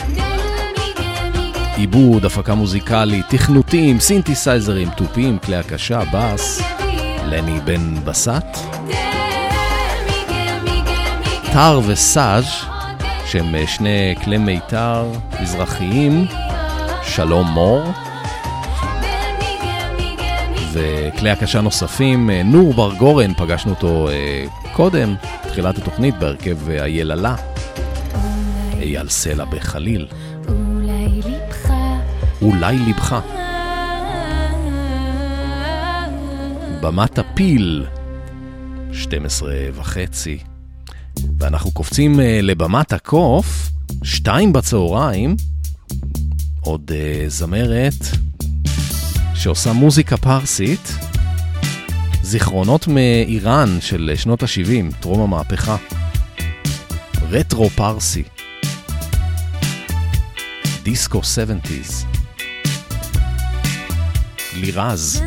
A: עיבוד, הפקה מוזיקלית, תכנותים, סינתסייזרים, טופים, כלי הקשה, בס, לני בן בסט, טר וסאז' שהם שני כלי מיתר מזרחיים, שלום מור, וכלי הקשה נוספים, נור בר גורן, פגשנו אותו קודם, תחילת התוכנית בהרכב היללה, אייל סלע בחליל. אולי ליבך. במת הפיל, 12:30. ואנחנו קופצים לבמת הקוף, 2 בצהריים, עוד זמרת שעושה מוזיקה פרסית, זיכרונות מאיראן של שנות ה-70, טרום המהפכה. רטרו פרסי. דיסקו 70s. לירז.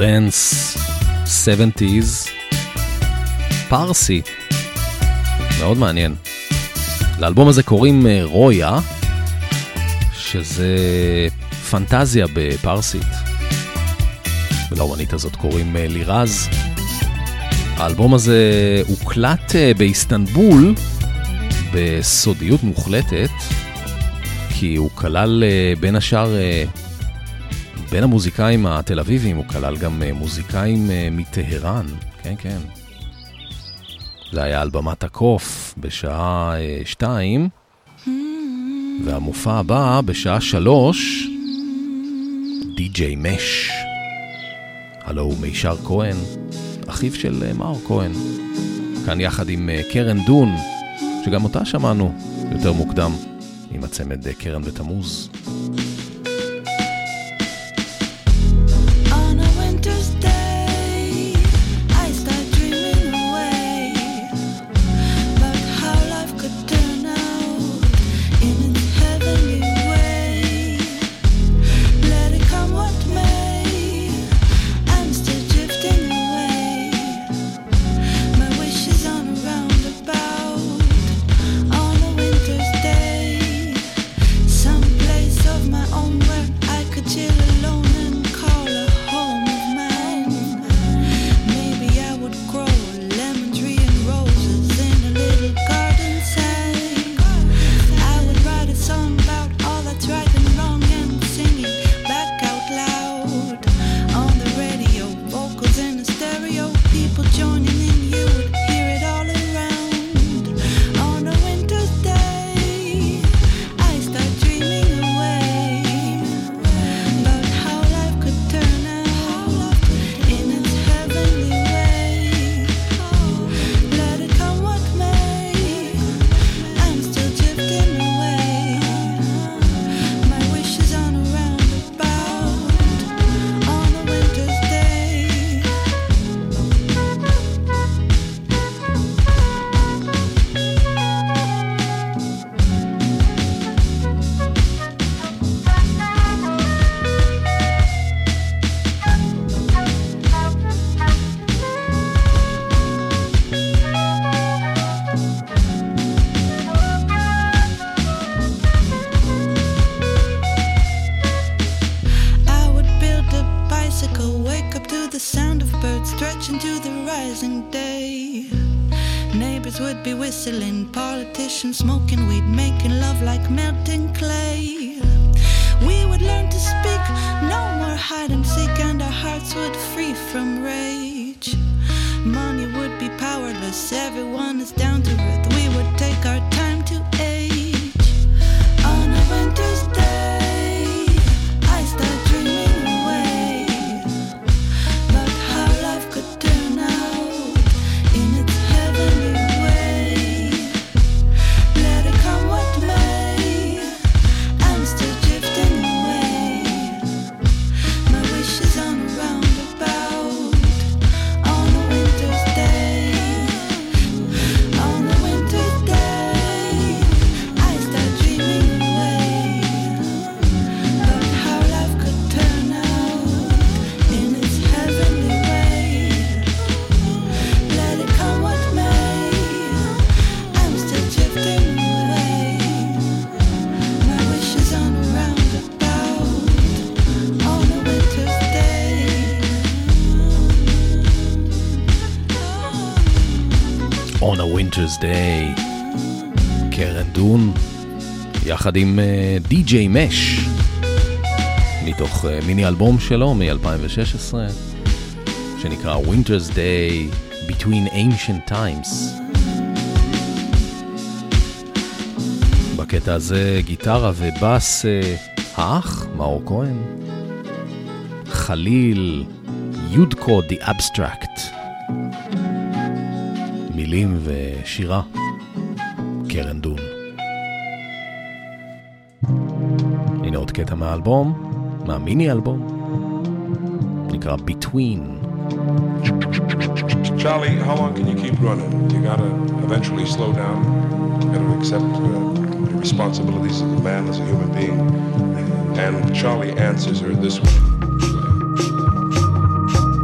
A: דנס, 70s, פרסי, מאוד מעניין. לאלבום הזה קוראים רויה, שזה פנטזיה בפרסית. ולאומנית הזאת קוראים לירז. האלבום הזה הוקלט באיסטנבול בסודיות מוחלטת, כי הוא כלל בין השאר, בין המוזיקאים התל אביבים, הוא כלל גם מוזיקאים מטהרן. כן, כן. זה היה על במת הקוף בשעה 2, והמופע הבא בשעה 3, די.ג'יי מש. הלו הוא מישר כהן, אחיו של מאור כהן. כאן יחד עם קרן דון, שגם אותה שמענו יותר מוקדם, עם הצמד קרן ותמוז.
H: Smoking weed, making love like melting clay. We would learn to speak, no more hide and seek, and our hearts would free from rage. Money would be powerless, everyone is down to earth. We would take our time to age. On a winter's day, I start dreaming away about how life could turn out in its heavenly way. Let it come what may, I'm still drifting away. My wish is on a roundabout on a winter's day. On a winter's day, I start dreaming away about how life could turn out in its heavenly way. Let it come what may, I'm still drifting away. My wish is on a roundabout on a winter's day.
A: On a Winter's Day, קרן דון, יחד עם די.ג'יי מש, מתוך מיני אלבום שלו מ-2016, שנקרא Winter's Day Between Ancient Times. בקטע הזה גיטרה ובאס האח, מאור כהן, חליל, יודקו די אבסטרקט, מילים ושירה, קרן דון. הנה עוד קטע מהאלבום, מהמיני אלבום, נקרא Between.
I: Charlie, how long can you keep running? You gotta eventually slow down. You gotta accept the responsibilities of a man as a human being. And Charlie answers her this way.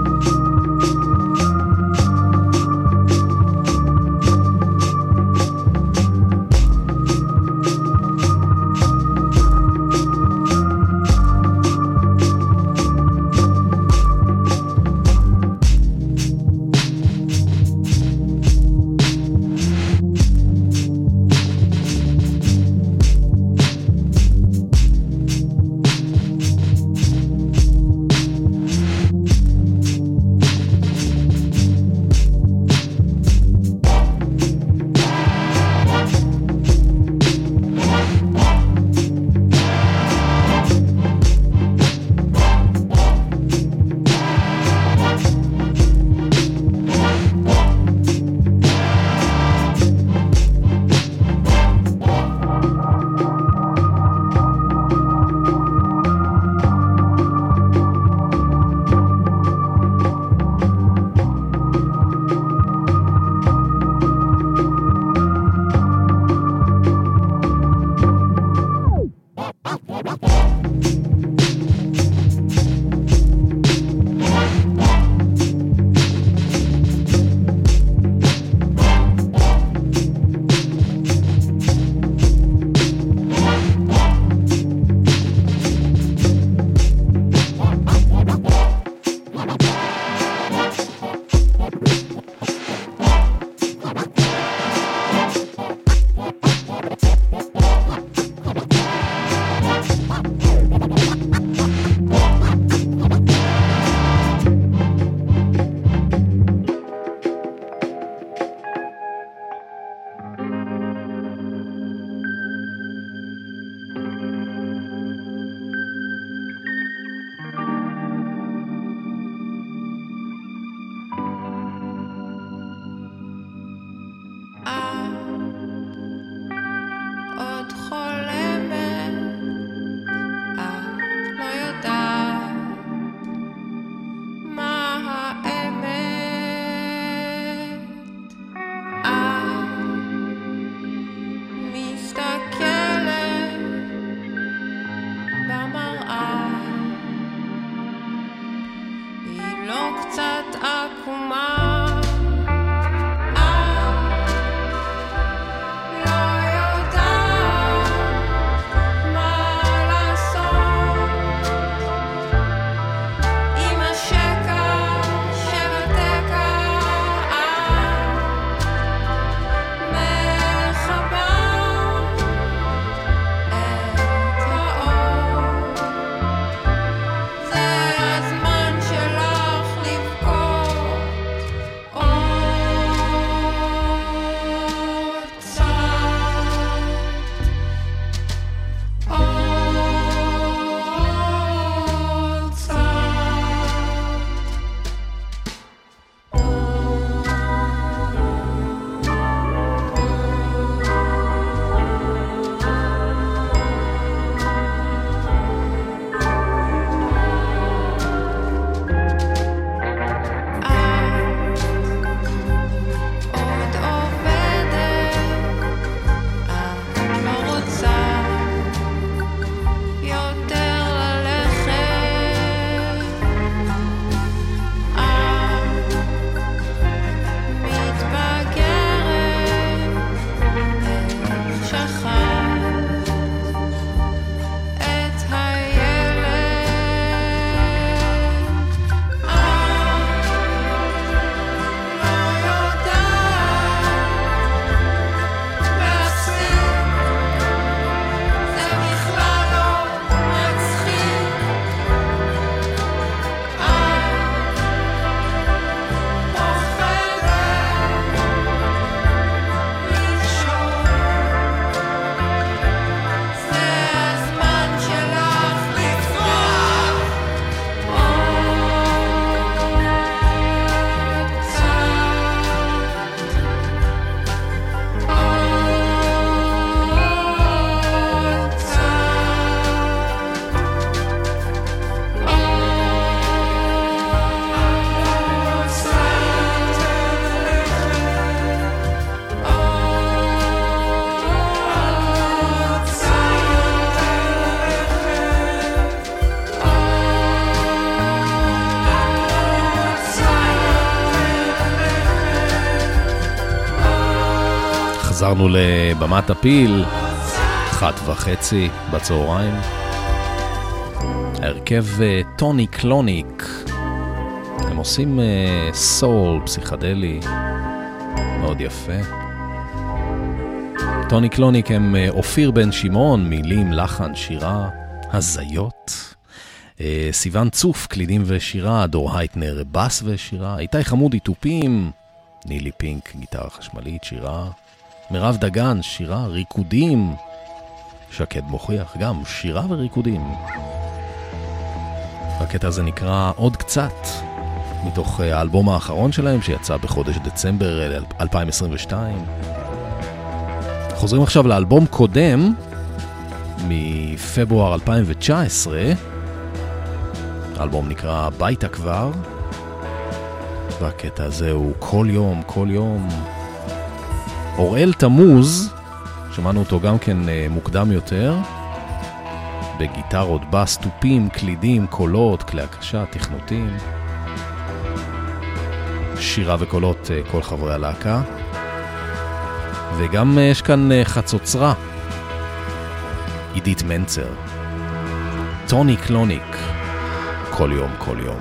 A: חזרנו לבמת הפיל, 1:30 בצהריים. הרכב טוני קלוניק, הם עושים סול פסיכדלי מאוד יפה. טוני קלוניק הם אופיר בן שמעון, מילים, לחן, שירה, הזיות. סיוון צוף, קלידים ושירה, דור הייטנר, בס ושירה, איתי חמודי, טופים, נילי פינק, גיטרה חשמלית, שירה, מירב דגן, שירה, ריקודים, שקד מוכיח, גם שירה וריקודים. הקטע הזה נקרא עוד קצת, מתוך האלבום האחרון שלהם שיצא בחודש דצמבר 2022. חוזרים עכשיו לאלבום קודם, מפברואר 2019, האלבום נקרא הביתה כבר, והקטע הזה הוא כל יום, כל יום. אוראל תמוז, שמענו אותו גם כן מוקדם יותר, בגיטרות, בס, טופים, קלידים, קולות, כלי הקשה, תכנותים, שירה וקולות כל חברי הלהקה, וגם יש כאן חצוצרה, עידית מנצר. טוני קלוניק, כל יום, כל יום.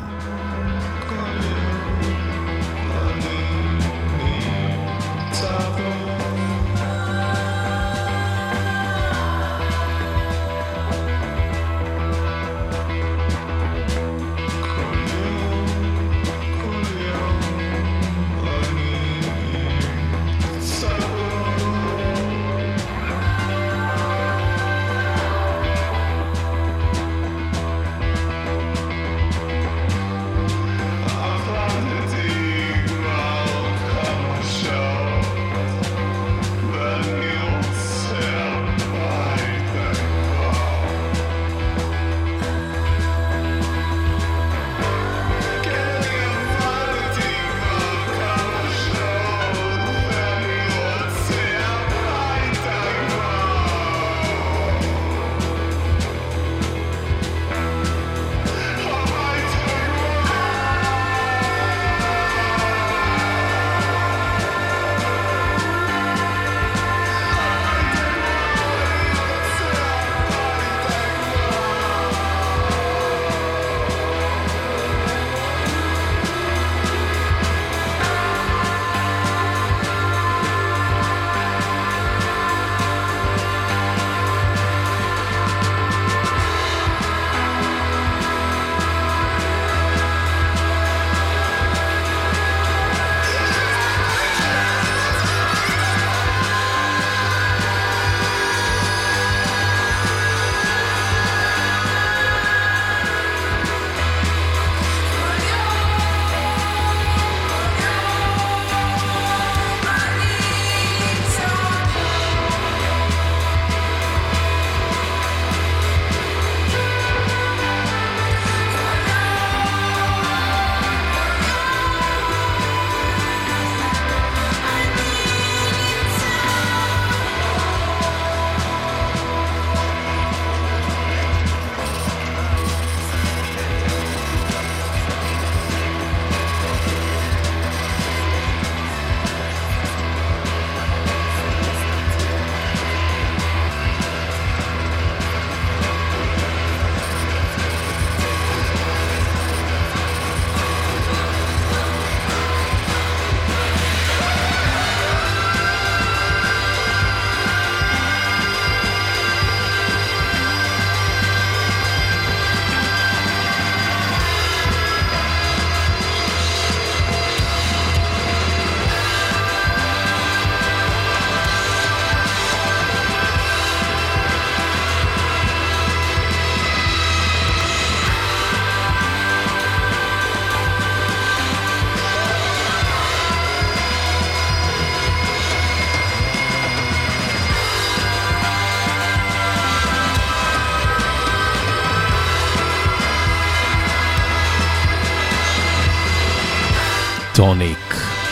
A: טוניק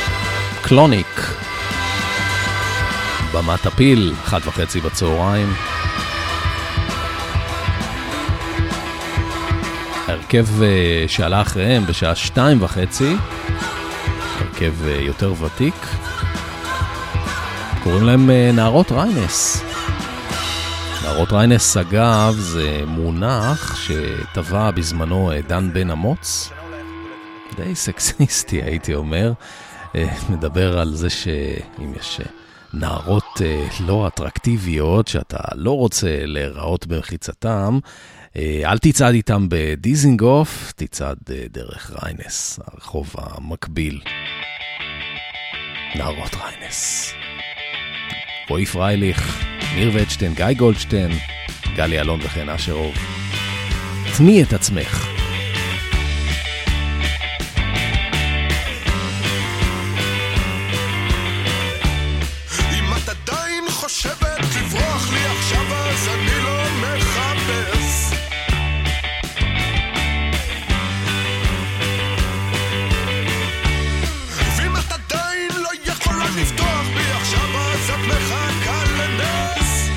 A: קלוניק במת הפיל, 1:30 בצהריים. הרכב שעלה אחריהם בשעה 2:30, הרכב יותר ותיק, קוראים להם נערות ריינס. נערות ריינס, אגב, זה מונח שטבע בזמנו דן בן אמוץ. די סקסיסטי, הייתי אומר. מדבר על זה שאם יש נערות לא אטרקטיביות, שאתה לא רוצה להיראות במחיצתם, אל תצעד איתם בדיזינגוף, תצעד דרך ריינס, הרחוב המקביל. נערות ריינס. רועי פרייליך, ניר ודשטיין, גיא גולדשטיין, גלי אלון וכן אשרוב. תני את עצמך.
J: אם את עדיין חושבת לברוח לי עכשיו, אז אני לא מחפש. ואם את עדיין לא יכולה לפתוח בי עכשיו, אז את מחכה לנס.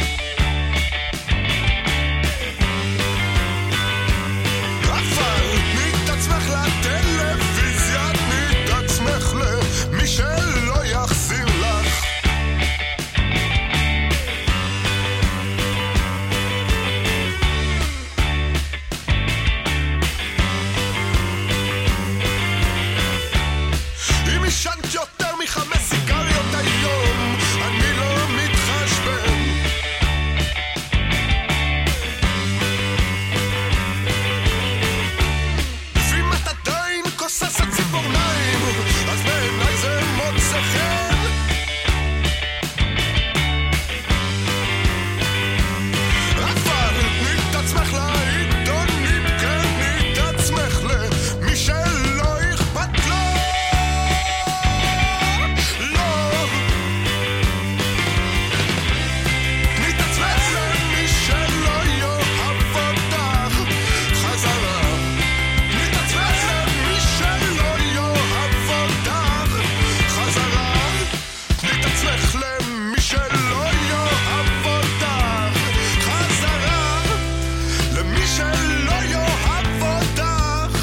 J: אבל תני את עצמך לטלוויזיה, תני את עצמך למי שלא יחזיר לך. אם ישנת יותר מ5 סיגריות היום, אני לא מתחשבן. ואם את עדיין כוססת ציפורניים, אז בעיניי זה מוצא חן. אבל תני את עצמך לעיתונים, כן, תני את עצמך למי שלא אכפת לו. לא. תני את עצמך למי שלא יאהב אותך חזרה. תני את עצמך למי שלא יאהב אותך חזרה. תני את עצמך למי שלא יאהב אותך חזרה. למי שלא יאהב אותך.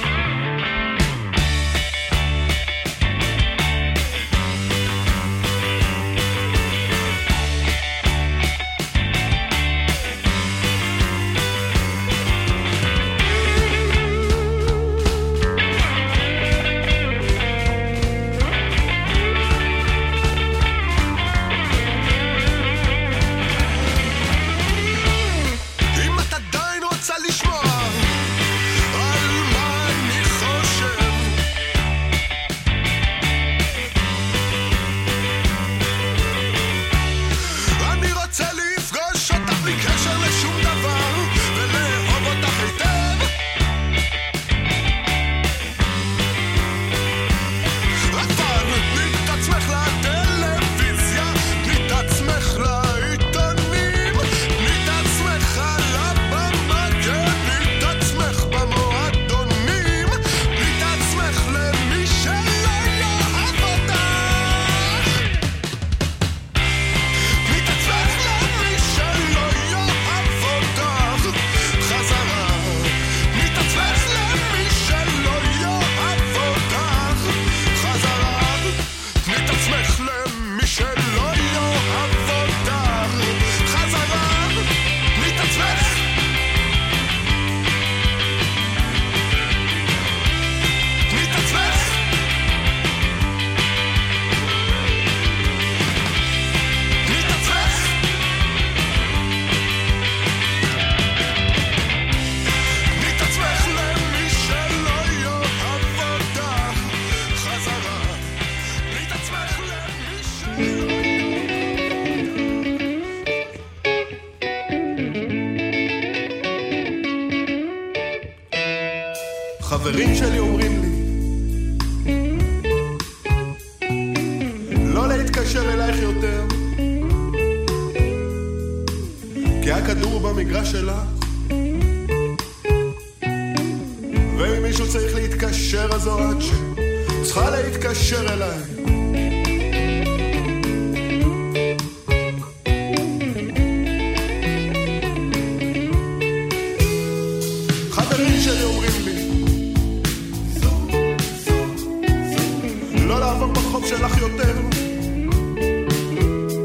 J: אם את עדיין רוצה לשמוע על מה אני חושב, אני רוצה לפגוש אותך בלי קשר לשום דבר ולאהוב אותך היטב. אבל תני את עצמך לטלוויזיה, תני את עצמך לעיתונים, תני את עצמך על הבמה, כן, תני את עצמך במועדונים, תני את עצמך למי שלא יאהב אותך. תני את עצמך למי שלא יאהב אותך חזרה. תני את עצמך למי שלא יאהב אותך חזרה. תני את עצמך למי שלא יאהב אותך חזרה. תני את עצמך. תני את עצמך. תני את עצמך. תני את עצמך למי שלא יאהב אותך חזרה. תני את עצמך למי שלא. חברים שלי אומרים לי לא להתקשר אלייך יותר, כי הכדור במגרש שלך, ואם מישהו צריך להתקשר אז את צריכה להתקשר אליי. חברים שלי אומרים לי לא לעבור ברחוב שלך יותר,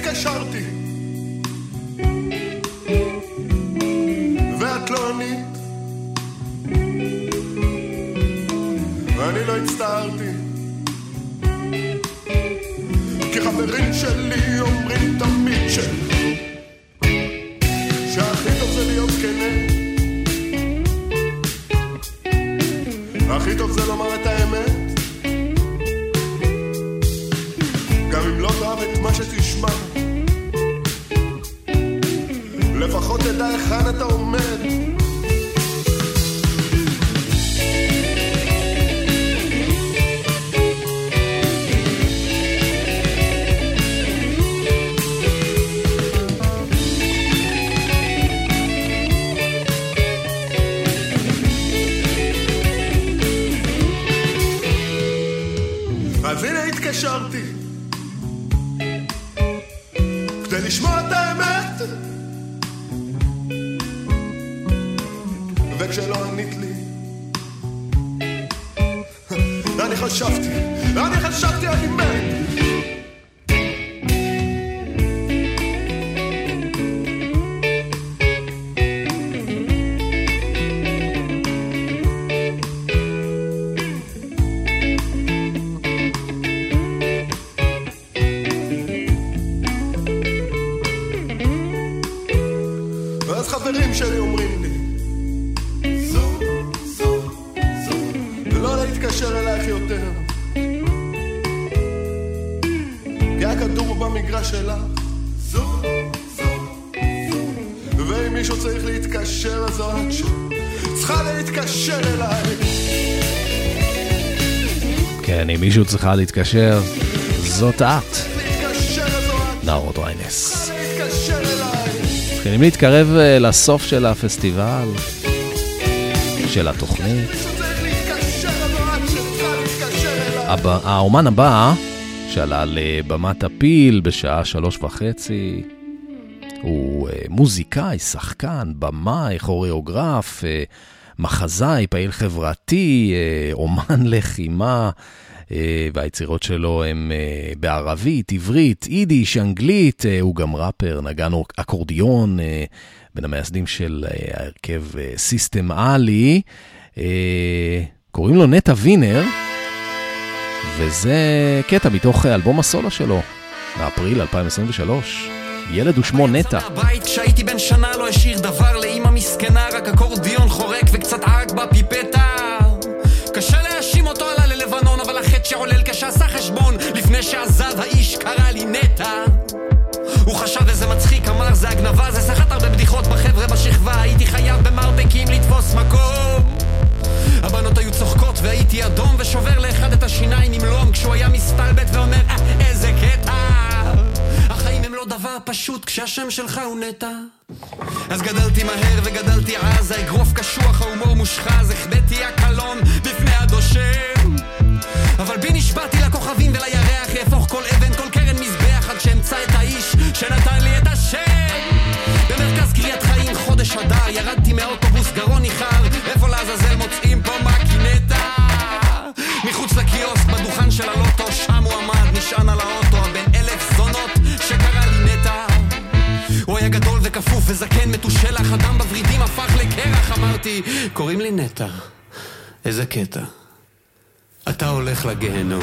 J: התקשרתי ואת לא ענית ואני לא הצטערתי כי חברים שלי אומרים תמיד שהכי טוב זה להיות כנה הכי טוב זה לומר את האמת גם אם לא תאהב את מה שתשמע לפחות תדע היכן אתה עומד אז הנה התקשרתי כדי לשמוע את האמת וכשלא ענית לי אני חשבתי אני מת חברים שלי אומרים לי לא להתקשר אלייך יותר כי הכדור הוא במגרש שלך ואם מישהו צריך להתקשר אז את צריכה להתקשר אליי
A: כן, אם מישהו צריכה להתקשר זאת את נערות ריינס מתחילים להתקרב לסוף של הפסטיבל, של התוכנית. האומן הבא שעלה לבמת הפיל בשעה 3:30 הוא מוזיקאי, שחקן, במאי, כוריאוגרף, מחזאי, פעיל חברתי, אומן לחימה, והיצירות שלו הם בערבית, עברית, יידיש, אנגלית, הוא גם ראפר, נגן אקורדיון, בין המייסדים של ההרכב סיסטם אלי, קוראים לו נטע וינר, וזה קטע מתוך אלבום הסולו שלו, באפריל 2023. ילד ושמו נטע.
K: הבית כשהייתי בן שנה לא השאיר דבר לאמא מסכנה, רק אקורדיון חורק וקצת ערק בפיפטה. קשה להאשים אותו עלה ללבנון, אבל החטא שעולל כשעשה חשבון לפני שעזב האיש קרא לי נטע. הוא חשב איזה מצחיק, אמר זה הגנבה, זה שחט הרבה בדיחות בחבר'ה בשכבה, הייתי חייב במרפקים לתפוס מקום. הבנות היו צוחקות והייתי אדום ושובר לאחד את השיניים עם לום כשהוא היה מסתלבט ואומר איזה קטע. החיים הם לא דבר פשוט כשהשם שלך הוא נטע. אז גדלתי מהר וגדלתי עז, האגרוף קשוח, ההומור מושחז, החבאתי הקלון בפני הדושם, אבל בי נשבעתי לכוכבים ולירח, יהפוך כל אבן, כל קרן מזבח, עד שאמצא את האיש שנתן לי את השם. במרכז קריית חיים חודש אדר, ירדתי מהאוטובוס גרון ניחר, איפה לעזאזל מוצאים פה מקינטה? מחוץ לקיוסק בדוכן של הלוטו, שם הוא עמד, נשען על האוטו, בין 1000 זונות שקרא לי נטע. הוא היה גדול וכפוף וזקן מתושלח, אדם בברידים הפך לקרח, אמרתי, קוראים לי נטע, איזה קטע, אתה הולך לגיהנום.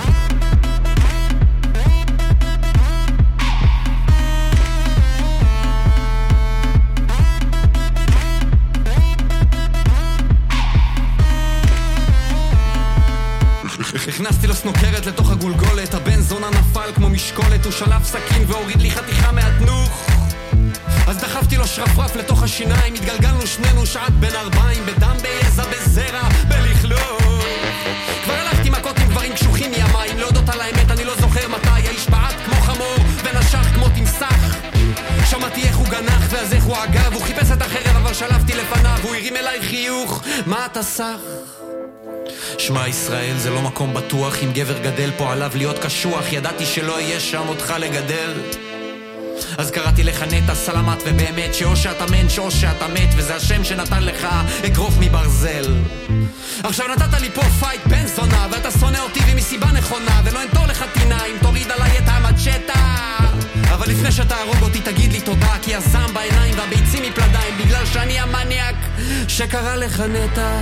K: הכנסתי לו סנוקרת לתוך הגולגולת, הבן זונה נפל כמו משקולת, הוא שלף סכין והוריד לי חתיכה מהתנוך, אז דחפתי לו שרפרף לתוך השיניים, התגלגלנו שנינו שעת בין 40, בדם, ביזע, בזרע, בלכלוך. כבר הלכתי מכות עם גברים קשוחים מימיים, להודות על האמת אני לא זוכר מתי, האיש בעט כמו חמור ונשך כמו תמסך. שמעתי איך הוא גנח ואז איך הוא אגב, הוא חיפש את החרב אבל שלפתי לפניו, הוא הרים אליי חיוך, מה אתה סך? שמע ישראל זה לא מקום בטוח, אם גבר גדל פה עליו להיות קשוח, ידעתי שלא יהיה שם אותך לגדל. אז קראתי לך נטע סלמת, ובאמת שאו שאתה מנש או שאתה מת, וזה השם שנתן לך אגרוף מברזל. עכשיו נתת לי פה פייט בן זונה, ואתה שונא אותי ומסיבה נכונה, ולא אנתור לך טינה אם תוריד עליי את המצ'טה. אבל לפני שתהרוג אותי תגיד לי תודה, כי הזעם בעיניים והביצים מפלדיים, בגלל שאני המניאק שקרא לך נטע.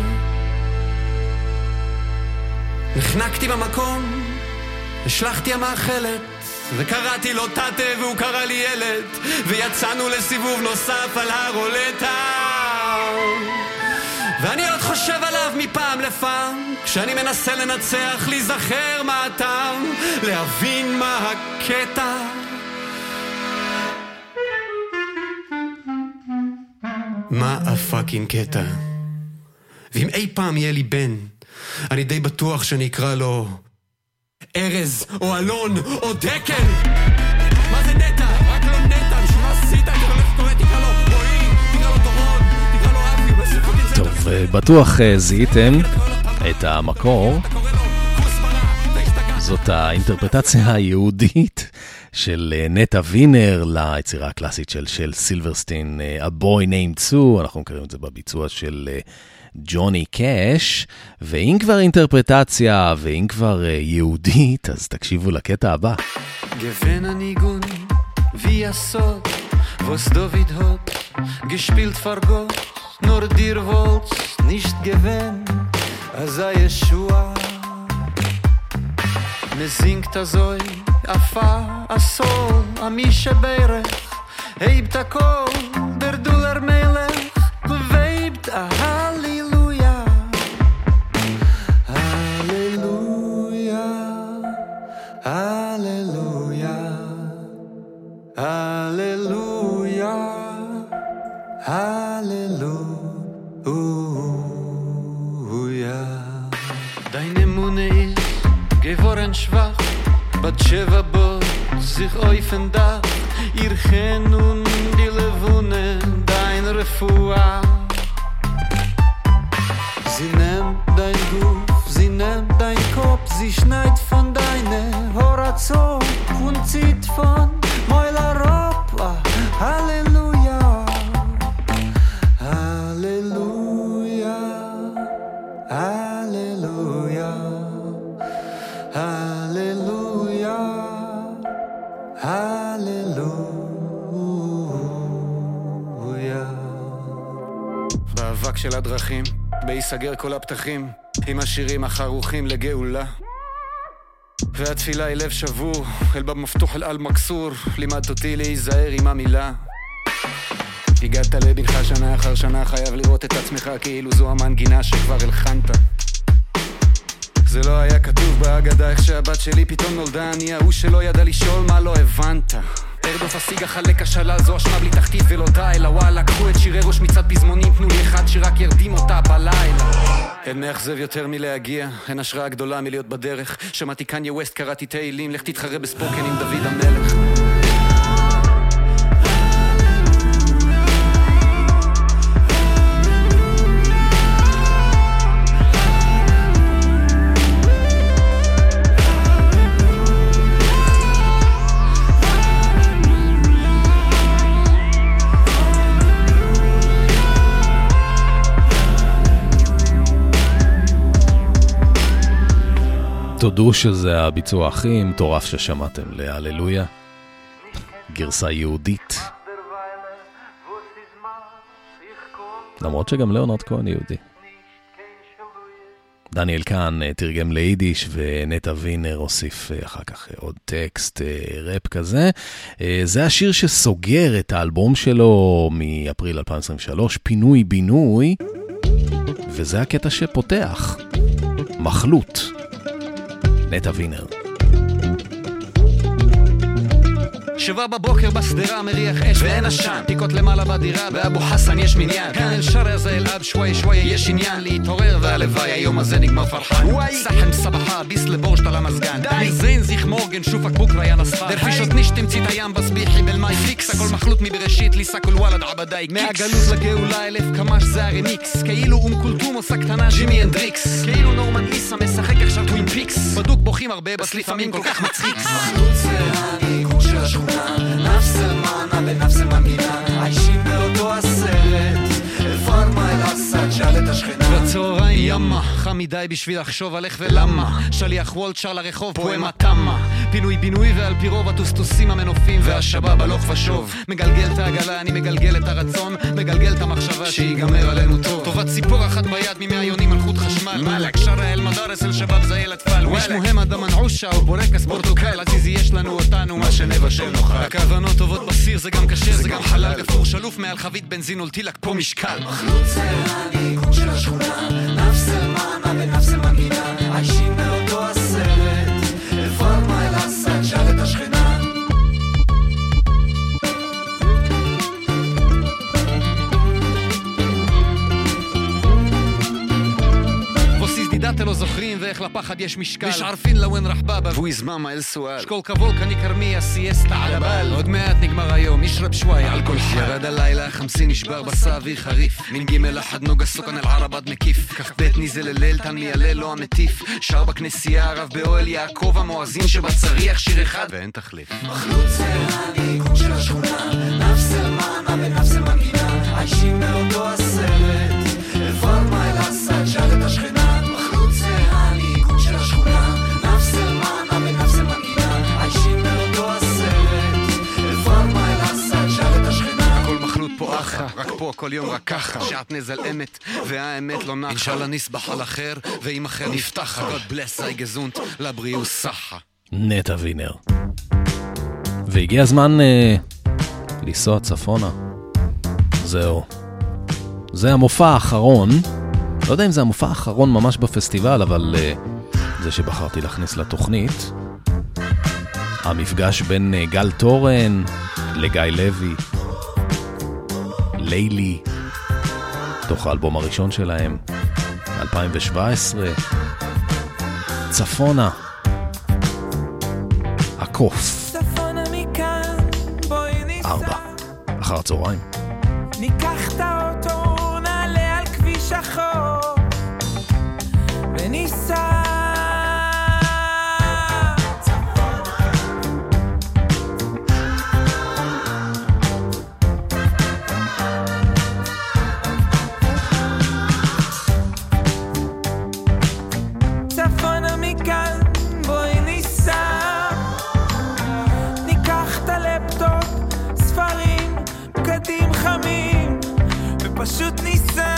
K: נחנקתי במקום, השלחתי המאכלת וקראתי לו תתה והוא קרא לי ילד, ויצאנו לסיבוב נוסף על הרולטה. ואני עוד חושב עליו מפעם לפעם, כשאני מנסה לנצח, להיזכר מה הטעם, להבין מה הקטע. מה הפאקינג קטע? ואם אי פעם יהיה לי בן, אני די בטוח שאני אקרא לו ארז או אלון או דקל. מה זה נטע? רק לא נטע, משום מה עשית? אני הולך קורא, תקרא לו רועי, תקרא לו דורון, תקרא לו אבי.
A: טוב, בטוח זיהיתם את המקור. זאת האינטרפרטציה היהודית של נטע וינר ליצירה הקלאסית של סילברסטין, A Boy Named Sue. אנחנו מכירים את זה בביצוע של ג'וני קאש, ואם כבר אינטרפרטציה ואם כבר יהודית, אז תקשיבו לקטע הבא.
K: Gewinn anigun wie a sod, was David hat gespielt vor Gott, nur dir wollt's nicht gewinn, als a Yeshua. Me singt azoi, a fa, a sol, a mishe beirech, heibt a kol, der Duller Melech, beweibt a Halleluja. Halleluja, Halleluja, Halleluja, Halleluja. Deine Munde ist geworden schwach, bat Sheva bot sich öffnen Dach, ihr Chen und die Levune, dein Refuah. Sie nimmt dein Guf, sie nimmt dein Kopf, sie schneidet von deine Horizont und zieht von Meuleropa. Halleluja, Halleluja, Halleluja, Halleluja, Halleluja. באבק של הדרכים, בהיסגר כל הפתחים, עם השירים החרוכים לגאולה. והתפילה היא לב שבור, אלבב מפתוח אל על מקסור, לימדת אותי להיזהר עם המילה. הגעת לבנך שנה אחר שנה, חייב לראות את עצמך כאילו זו המנגינה שכבר הלחנת. זה לא היה כתוב בהגדה, איך שהבת שלי פתאום נולדה, אני ההוא שלא ידע לשאול מה לא הבנת. ארדוף השיג החלק השלל, זו אשמה בלי תחתית ולא די, אלא וואלה, קחו את שירי ראש מצד פזמונים, תנו לי אחד שרק ירדים אותה בלילה. אין מאכזב יותר מלהגיע, אין השראה גדולה מלהיות בדרך, שמעתי קניה ווסט, קראתי תהילים, לך תתחרה בספוקן עם דוד המלך.
A: תודו שזה הביצוע הכי מטורף ששמעתם להללויה, גרסה יהודית, למרות שגם ליאונרד כהן יהודי. דניאל כאן תרגם ליידיש, ונטע וינר הוסיף אחר כך עוד טקסט רפ כזה. זה השיר שסוגר את האלבום שלו מאפריל 2023, פינוי בינוי, וזה הקטע שפותח, מחלוט, נטע וינר.
K: 7 בבוקר בסדרה מריח אש ואין עשן, פיקות למעלה בדירה באבו חסן יש מניין, כאן אל שרי הזה אל אב שווי שווי יש עניין להתעורר, והלוואי היום הזה נגמר פרחן. סחם סבחה ביס לבורשת על המזגן, די זין זיך מורגן שופק בוקרה יא נספר, דרפישות נשתמצית הים בסביחי בלמי פיקס, הכל מחלוט מבראשית ליסה כל וולד עבדי מהגלות לגאולה 1000 קמש זה הרמיקס, כאילו קולטום עושה קטנה ג'ימי אנדריקס, כאילו נורמן ליסה משחק עכשיו טווין פיקס, בדוק בוכים הרבה בס לפעמים כל כך מצחיק. מחלוט זה הניגון של השכונה, נפס אלמנה בנפס אלמנגינה, עיישים באותו הסרט, פארמה אל אסד שאל את השכנה. בצהריים ימה, חם מדי בשביל לחשוב על איך ולמה, שליח וולט שר לרחוב פואמה תמה, פינוי בינוי ועל פי רוב הטוסטוסים המנופים והשבב הלוך ושוב. מגלגל את העגלה, אני מגלגל את הרצון, מגלגל את המחשבה שיגמר עלינו טוב. טובת ציפור אחת ביד ממאה על חוט חשמל, מלק שרה אל מדרס אל שבב זהי לתפל. מש מוהם אדם מנעושה ובורקס פורטוקל, עזיזי יש לנו אותנו מה שנבשל נוכל. הכוונות טובות בסיר, זה גם קשה, זה גם חלל גפור שלוף מעל חבית בנזין ולטילק פה משקל.
J: מחלוץ זה הניקוד של השכונה, נפס אל מאמה ונפס אל מנגינה, עיישים מאותו הסרט, אלפרמה אל הסד שאל את השכנה.
K: דידת לא זוכרים ואיך לפחד יש משקל יש ערפין לוין רחבבה והוא יזממה אל סואל שקול כבול כני קרמי הסיאסטה על הבל עוד מעט נגמר היום ישרב שוואי על כל חי ירד הלילה 50 נשבר בסאבי חריף מן גימל אחד נוגה סוכן אל ערבד מקיף כך בית ניזל אליל תן מיילל לא המטיף שר בכנסייה הרב באוהל יעקב המואזין שבצריח שיר אחד ואין תחליף.
J: מחלוץ זה הניקוד של השכונה, נפס אל מאמה ונפס אל מנגינה, עיישים מאותו הסרט, אלפרמה אל הסד שאל את השכנה.
K: רק פה כל יום רק ככה שעת נזל אמת והאמת לא נחה אינשאללה נסבח על אחר ואם אחר נפתח God bless sei gesund לבריאות סחה
A: נטע וינר. והגיע הזמן לנסוע צפונה. זהו, זה המופע האחרון, לא יודע אם זה המופע האחרון ממש בפסטיבל, אבל זה שבחרתי להכניס לתוכנית, המפגש בין גל טורן לגיא לוי, לילי, תוך האלבום הראשון שלהם, 2017, צפונה, הקוף, 4 אחר הצהריים.
L: ניקח את האוטו, נעלה על כביש החור וניסע פשוט ניסה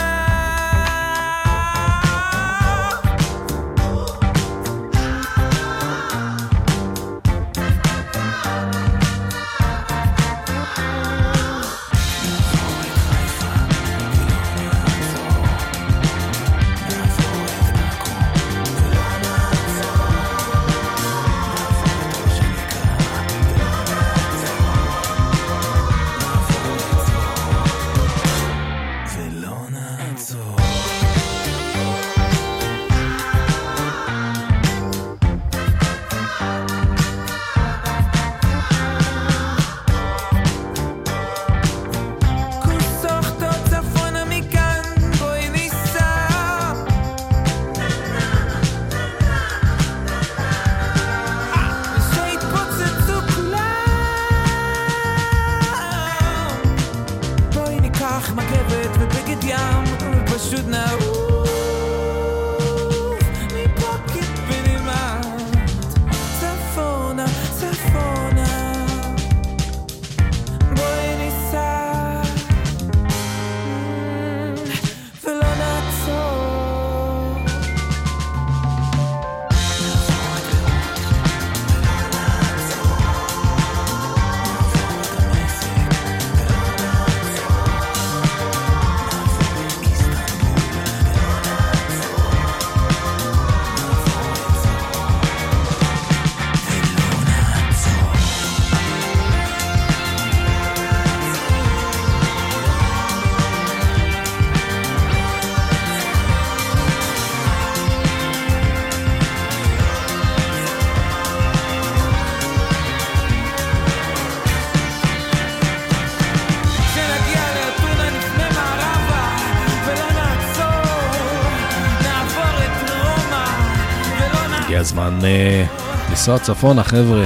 A: הזמן לנסוע צפונה, חבר'ה,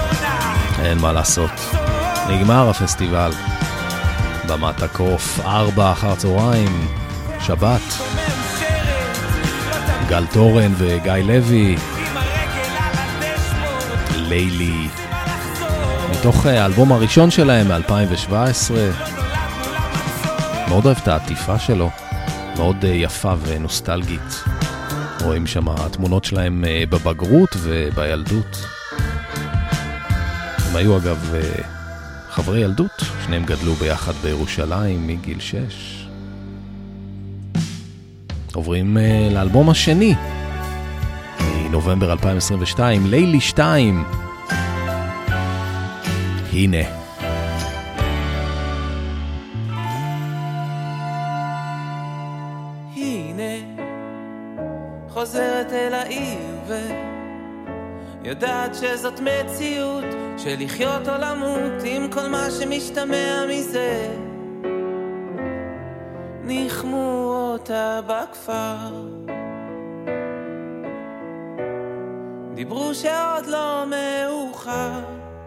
A: אין מה לעשות, נגמר הפסטיבל. במת הקוף, 4 אחר צהריים, שבת, גל טורן וגיא לוי, לילי, מתוך האלבום הראשון שלהם מ-2017. מאוד אוהב את העטיפה שלו, מאוד יפה ונוסטלגית. רואים שם התמונות שלהם בבגרות ובילדות. הם היו אגב חברי ילדות, שניהם גדלו ביחד בירושלים מגיל 6. עוברים לאלבום השני, מנובמבר 2022, לילי 2. הנה.
L: חוזרת אל העיר ויודעת שזאת מציאות של לחיות או למות עם כל מה שמשתמע מזה. נחמו אותה בכפר, דיברו שעוד לא מאוחר.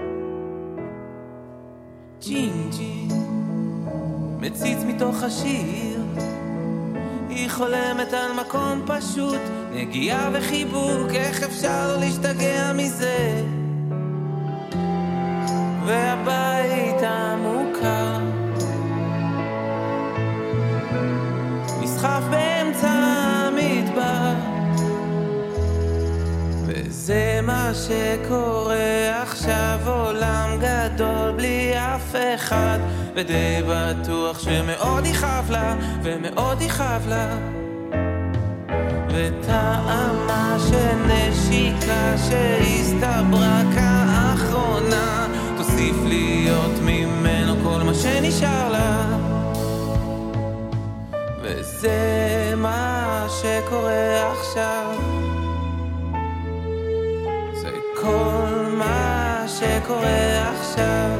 L: ג'ינג'י מציץ מתוך השיר, היא חולמת על מקום פשוט, נגיעה וחיבוק, איך אפשר לא להשתגע מזה. והבית המוכר נסחף באמצע המדבר, וזה מה שקורה עכשיו, עולם גדול בלי אף אחד, ודי בטוח שמאוד יכאב לה ומאוד יכאב לה. וטעמה של נשיקה שהסתברה כאחרונה, תוסיף להיות ממנו כל מה שנשאר לה. וזה מה שקורה עכשיו, זה כל מה שקורה עכשיו.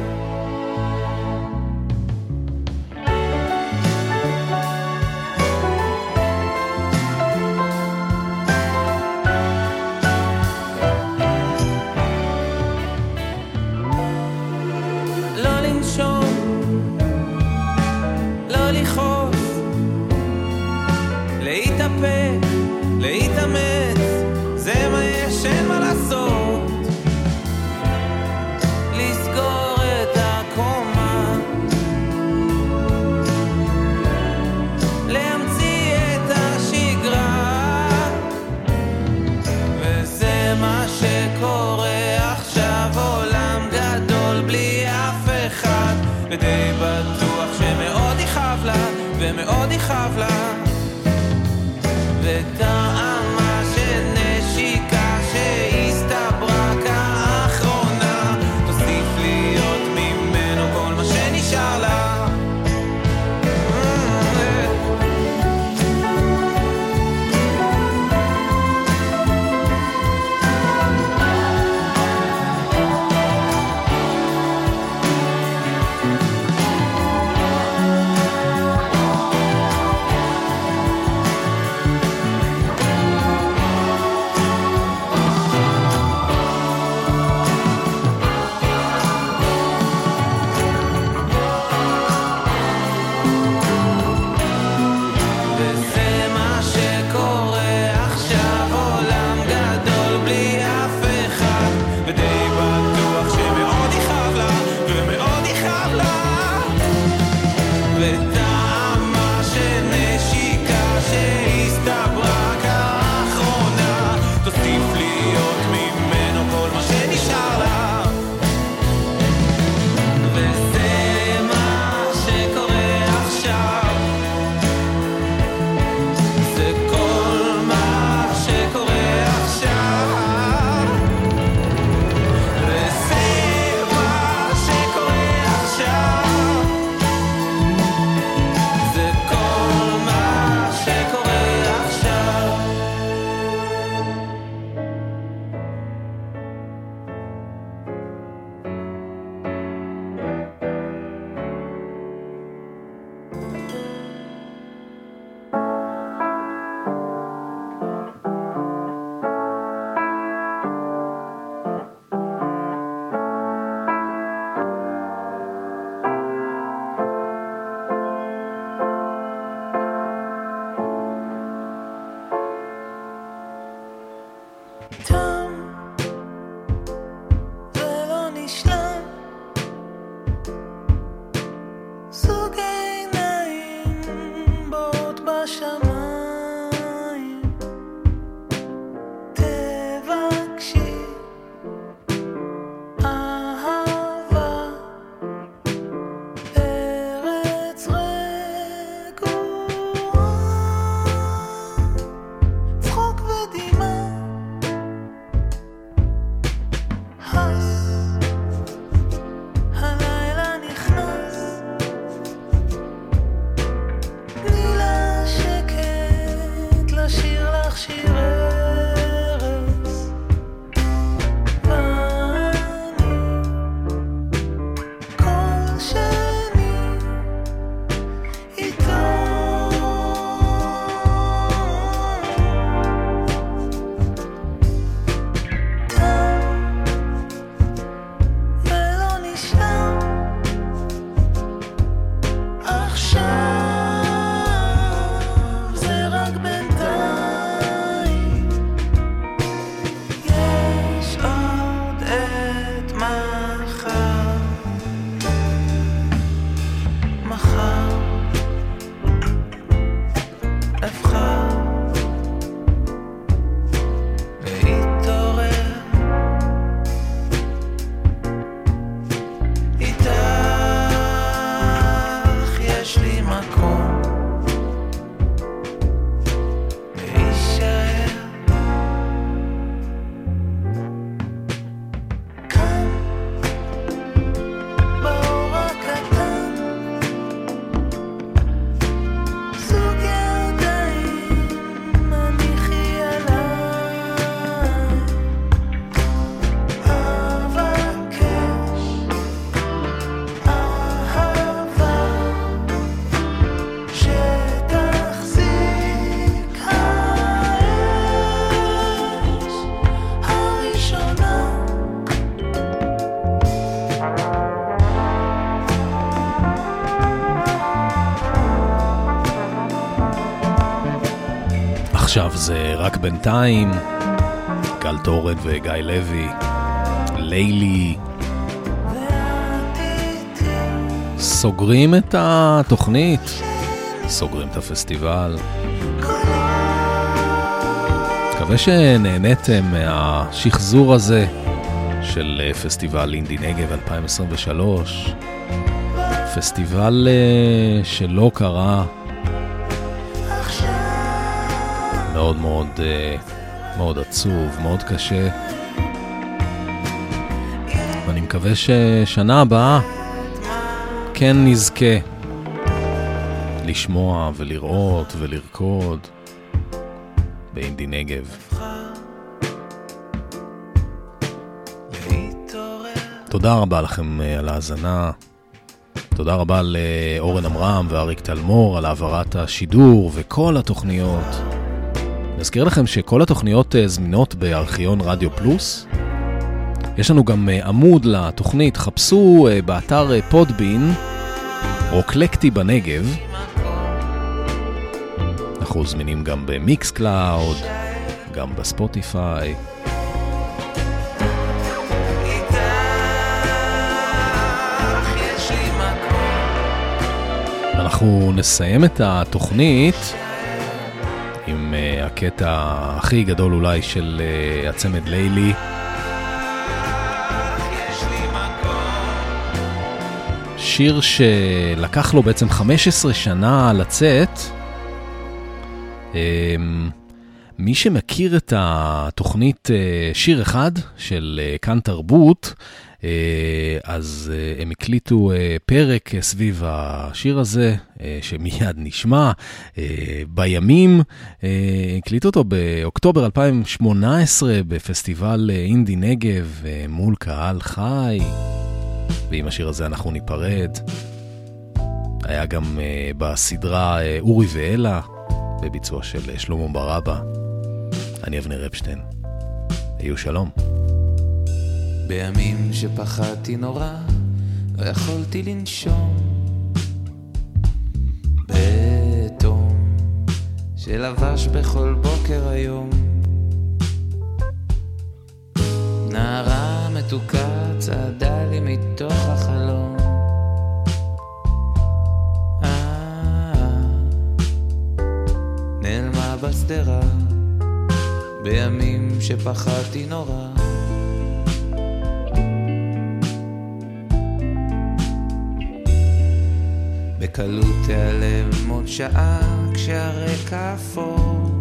L: להתאמץ, זה מה יש, אין מה לעשות. לסגור את הקומה, להמציא את השגרה, וזה מה שקורה עכשיו, עולם גדול בלי אף אחד, ודי בטוח שמאוד יכאב לה ומאוד יכאב לה. וטעמה של נשיקה שהסתברה כאחרונה, תוסיף להיות ממנו כל מה שנשאר לה. אבחר להתעורר איתך יש לי מקום להישאר כאן באור הקטן זוג ידיים מניחי עליי אבקש אהבה שתחזיק האש הראשונה
A: עכשיו זה רק בינתיים, גל תורד וגיא לוי, לילי, סוגרים את התוכנית, סוגרים את הפסטיבל. מקווה שנהניתם מהשחזור הזה של פסטיבל אינדי נגב 2023, פסטיבל שלא קרה, מאוד מאוד מאוד עצוב, מאוד קשה, ואני מקווה ששנה הבאה כן נזכה לשמוע ולראות ולרקוד באינדי נגב. תודה רבה לכם על ההאזנה, תודה רבה לאורן אמרם ואריק תלמור על העברת השידור וכל התוכניות. נזכיר לכם שכל התוכניות זמינות בארכיון רדיו פלוס. יש לנו גם עמוד לתוכנית, חפשו באתר פודבין, רוקלקטי בנגב. אנחנו זמינים גם במיקס קלאוד, גם בספוטיפיי. אנחנו נסיים את התוכנית עם הקטע הכי גדול אולי של הצמד לילי. שיר שלקח לו בעצם 15 שנה לצאת. מי שמכיר את התוכנית שיר אחד של כאן תרבות, אז הם הקליטו פרק סביב השיר הזה, שמיד נשמע בימים. הקליטו אותו באוקטובר 2018 בפסטיבל אינדי נגב מול קהל חי, ועם השיר הזה אנחנו ניפרד. היה גם בסדרה אורי ואלה, בביצוע של שלמה ברבא. אני אבנר אפשטיין, היו שלום.
L: בימים שפחדתי נורא, לא יכולתי לנשום, בתום שלבש בכל בוקר היום, נערה מתוקה צעדה לי מתוך החלום, נעלמה בסדרה, בימים שפחדתי נורא. בקלות תיעלם עוד שעה כשהרקע אפור,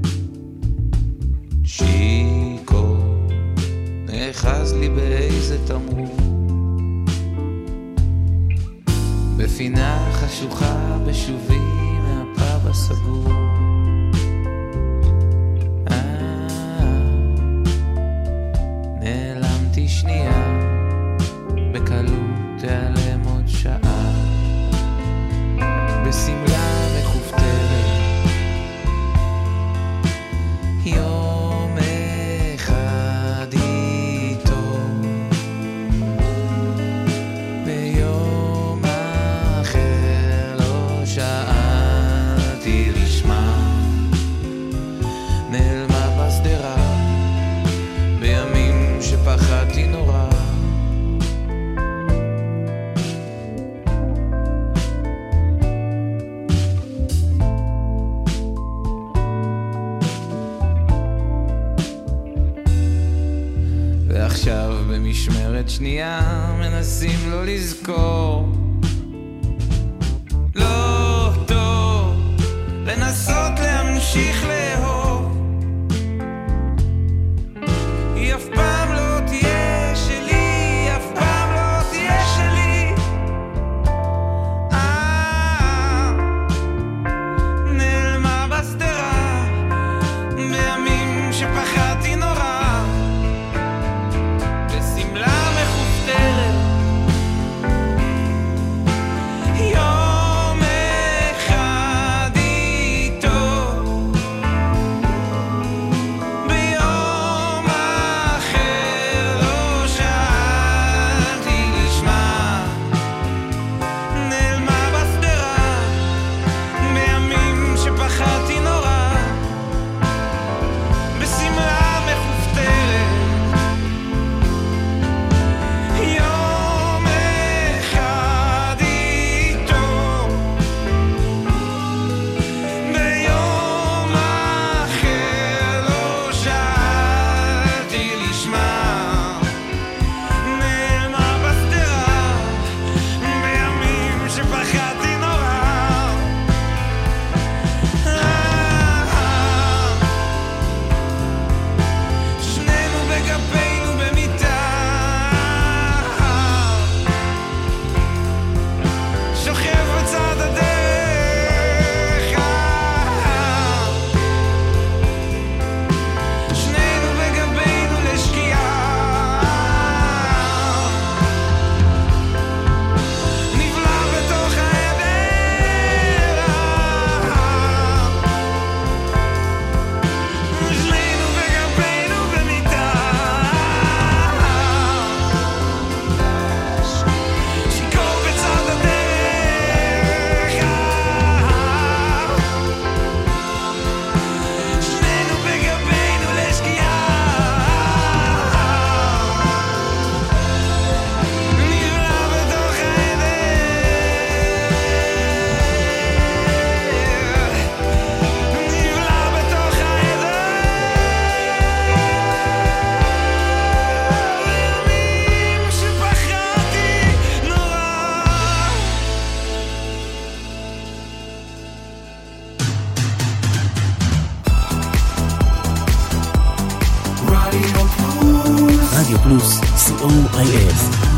L: שיקו נאחז לי באיזה תמרור, בפינה חשוכה בשובי מהפאב הסגור, נעלמתי שנייה, בקלות תיעלם עוד שעה, בסמלה מכופתרת, יום אחד איתו, ביום אחר לא שאלתי לשמוע. במשמרת שנייה מנסים לא לזכור. לא טוב לנסות להמשיך לאהוב, היא אף פעם לא תהיה שלי, אף פעם לא תהיה שלי. נעלמה בסתרה בימים שפחדתי נורא, בשמלה מכופתרת. יום אחד איתו, ביום אחר לא שאלתי לשמה, נעלמה בסתרה בימים שפחדתי נורא, בשמלה מכופתרת. יום אחד איתו, ביום אחר לא שאלתי לשמה, נעלמה בסתרה בימים שפחדתי נורא. שנינו בגבינו במיטה, שוכב בצד הדרך. שנינו בגבינו לשקיעה, נבלע בתוך העדר. שנינו בגבינו במיטה, שיכור בצד הדרך. שנינו בגבינו לשקיעה, נבלע בתוך העדר, נבלע בתוך העדר. בימים שפחדתי נורא.
G: רדיו פלוס,
M: רדיו פלוס, co.il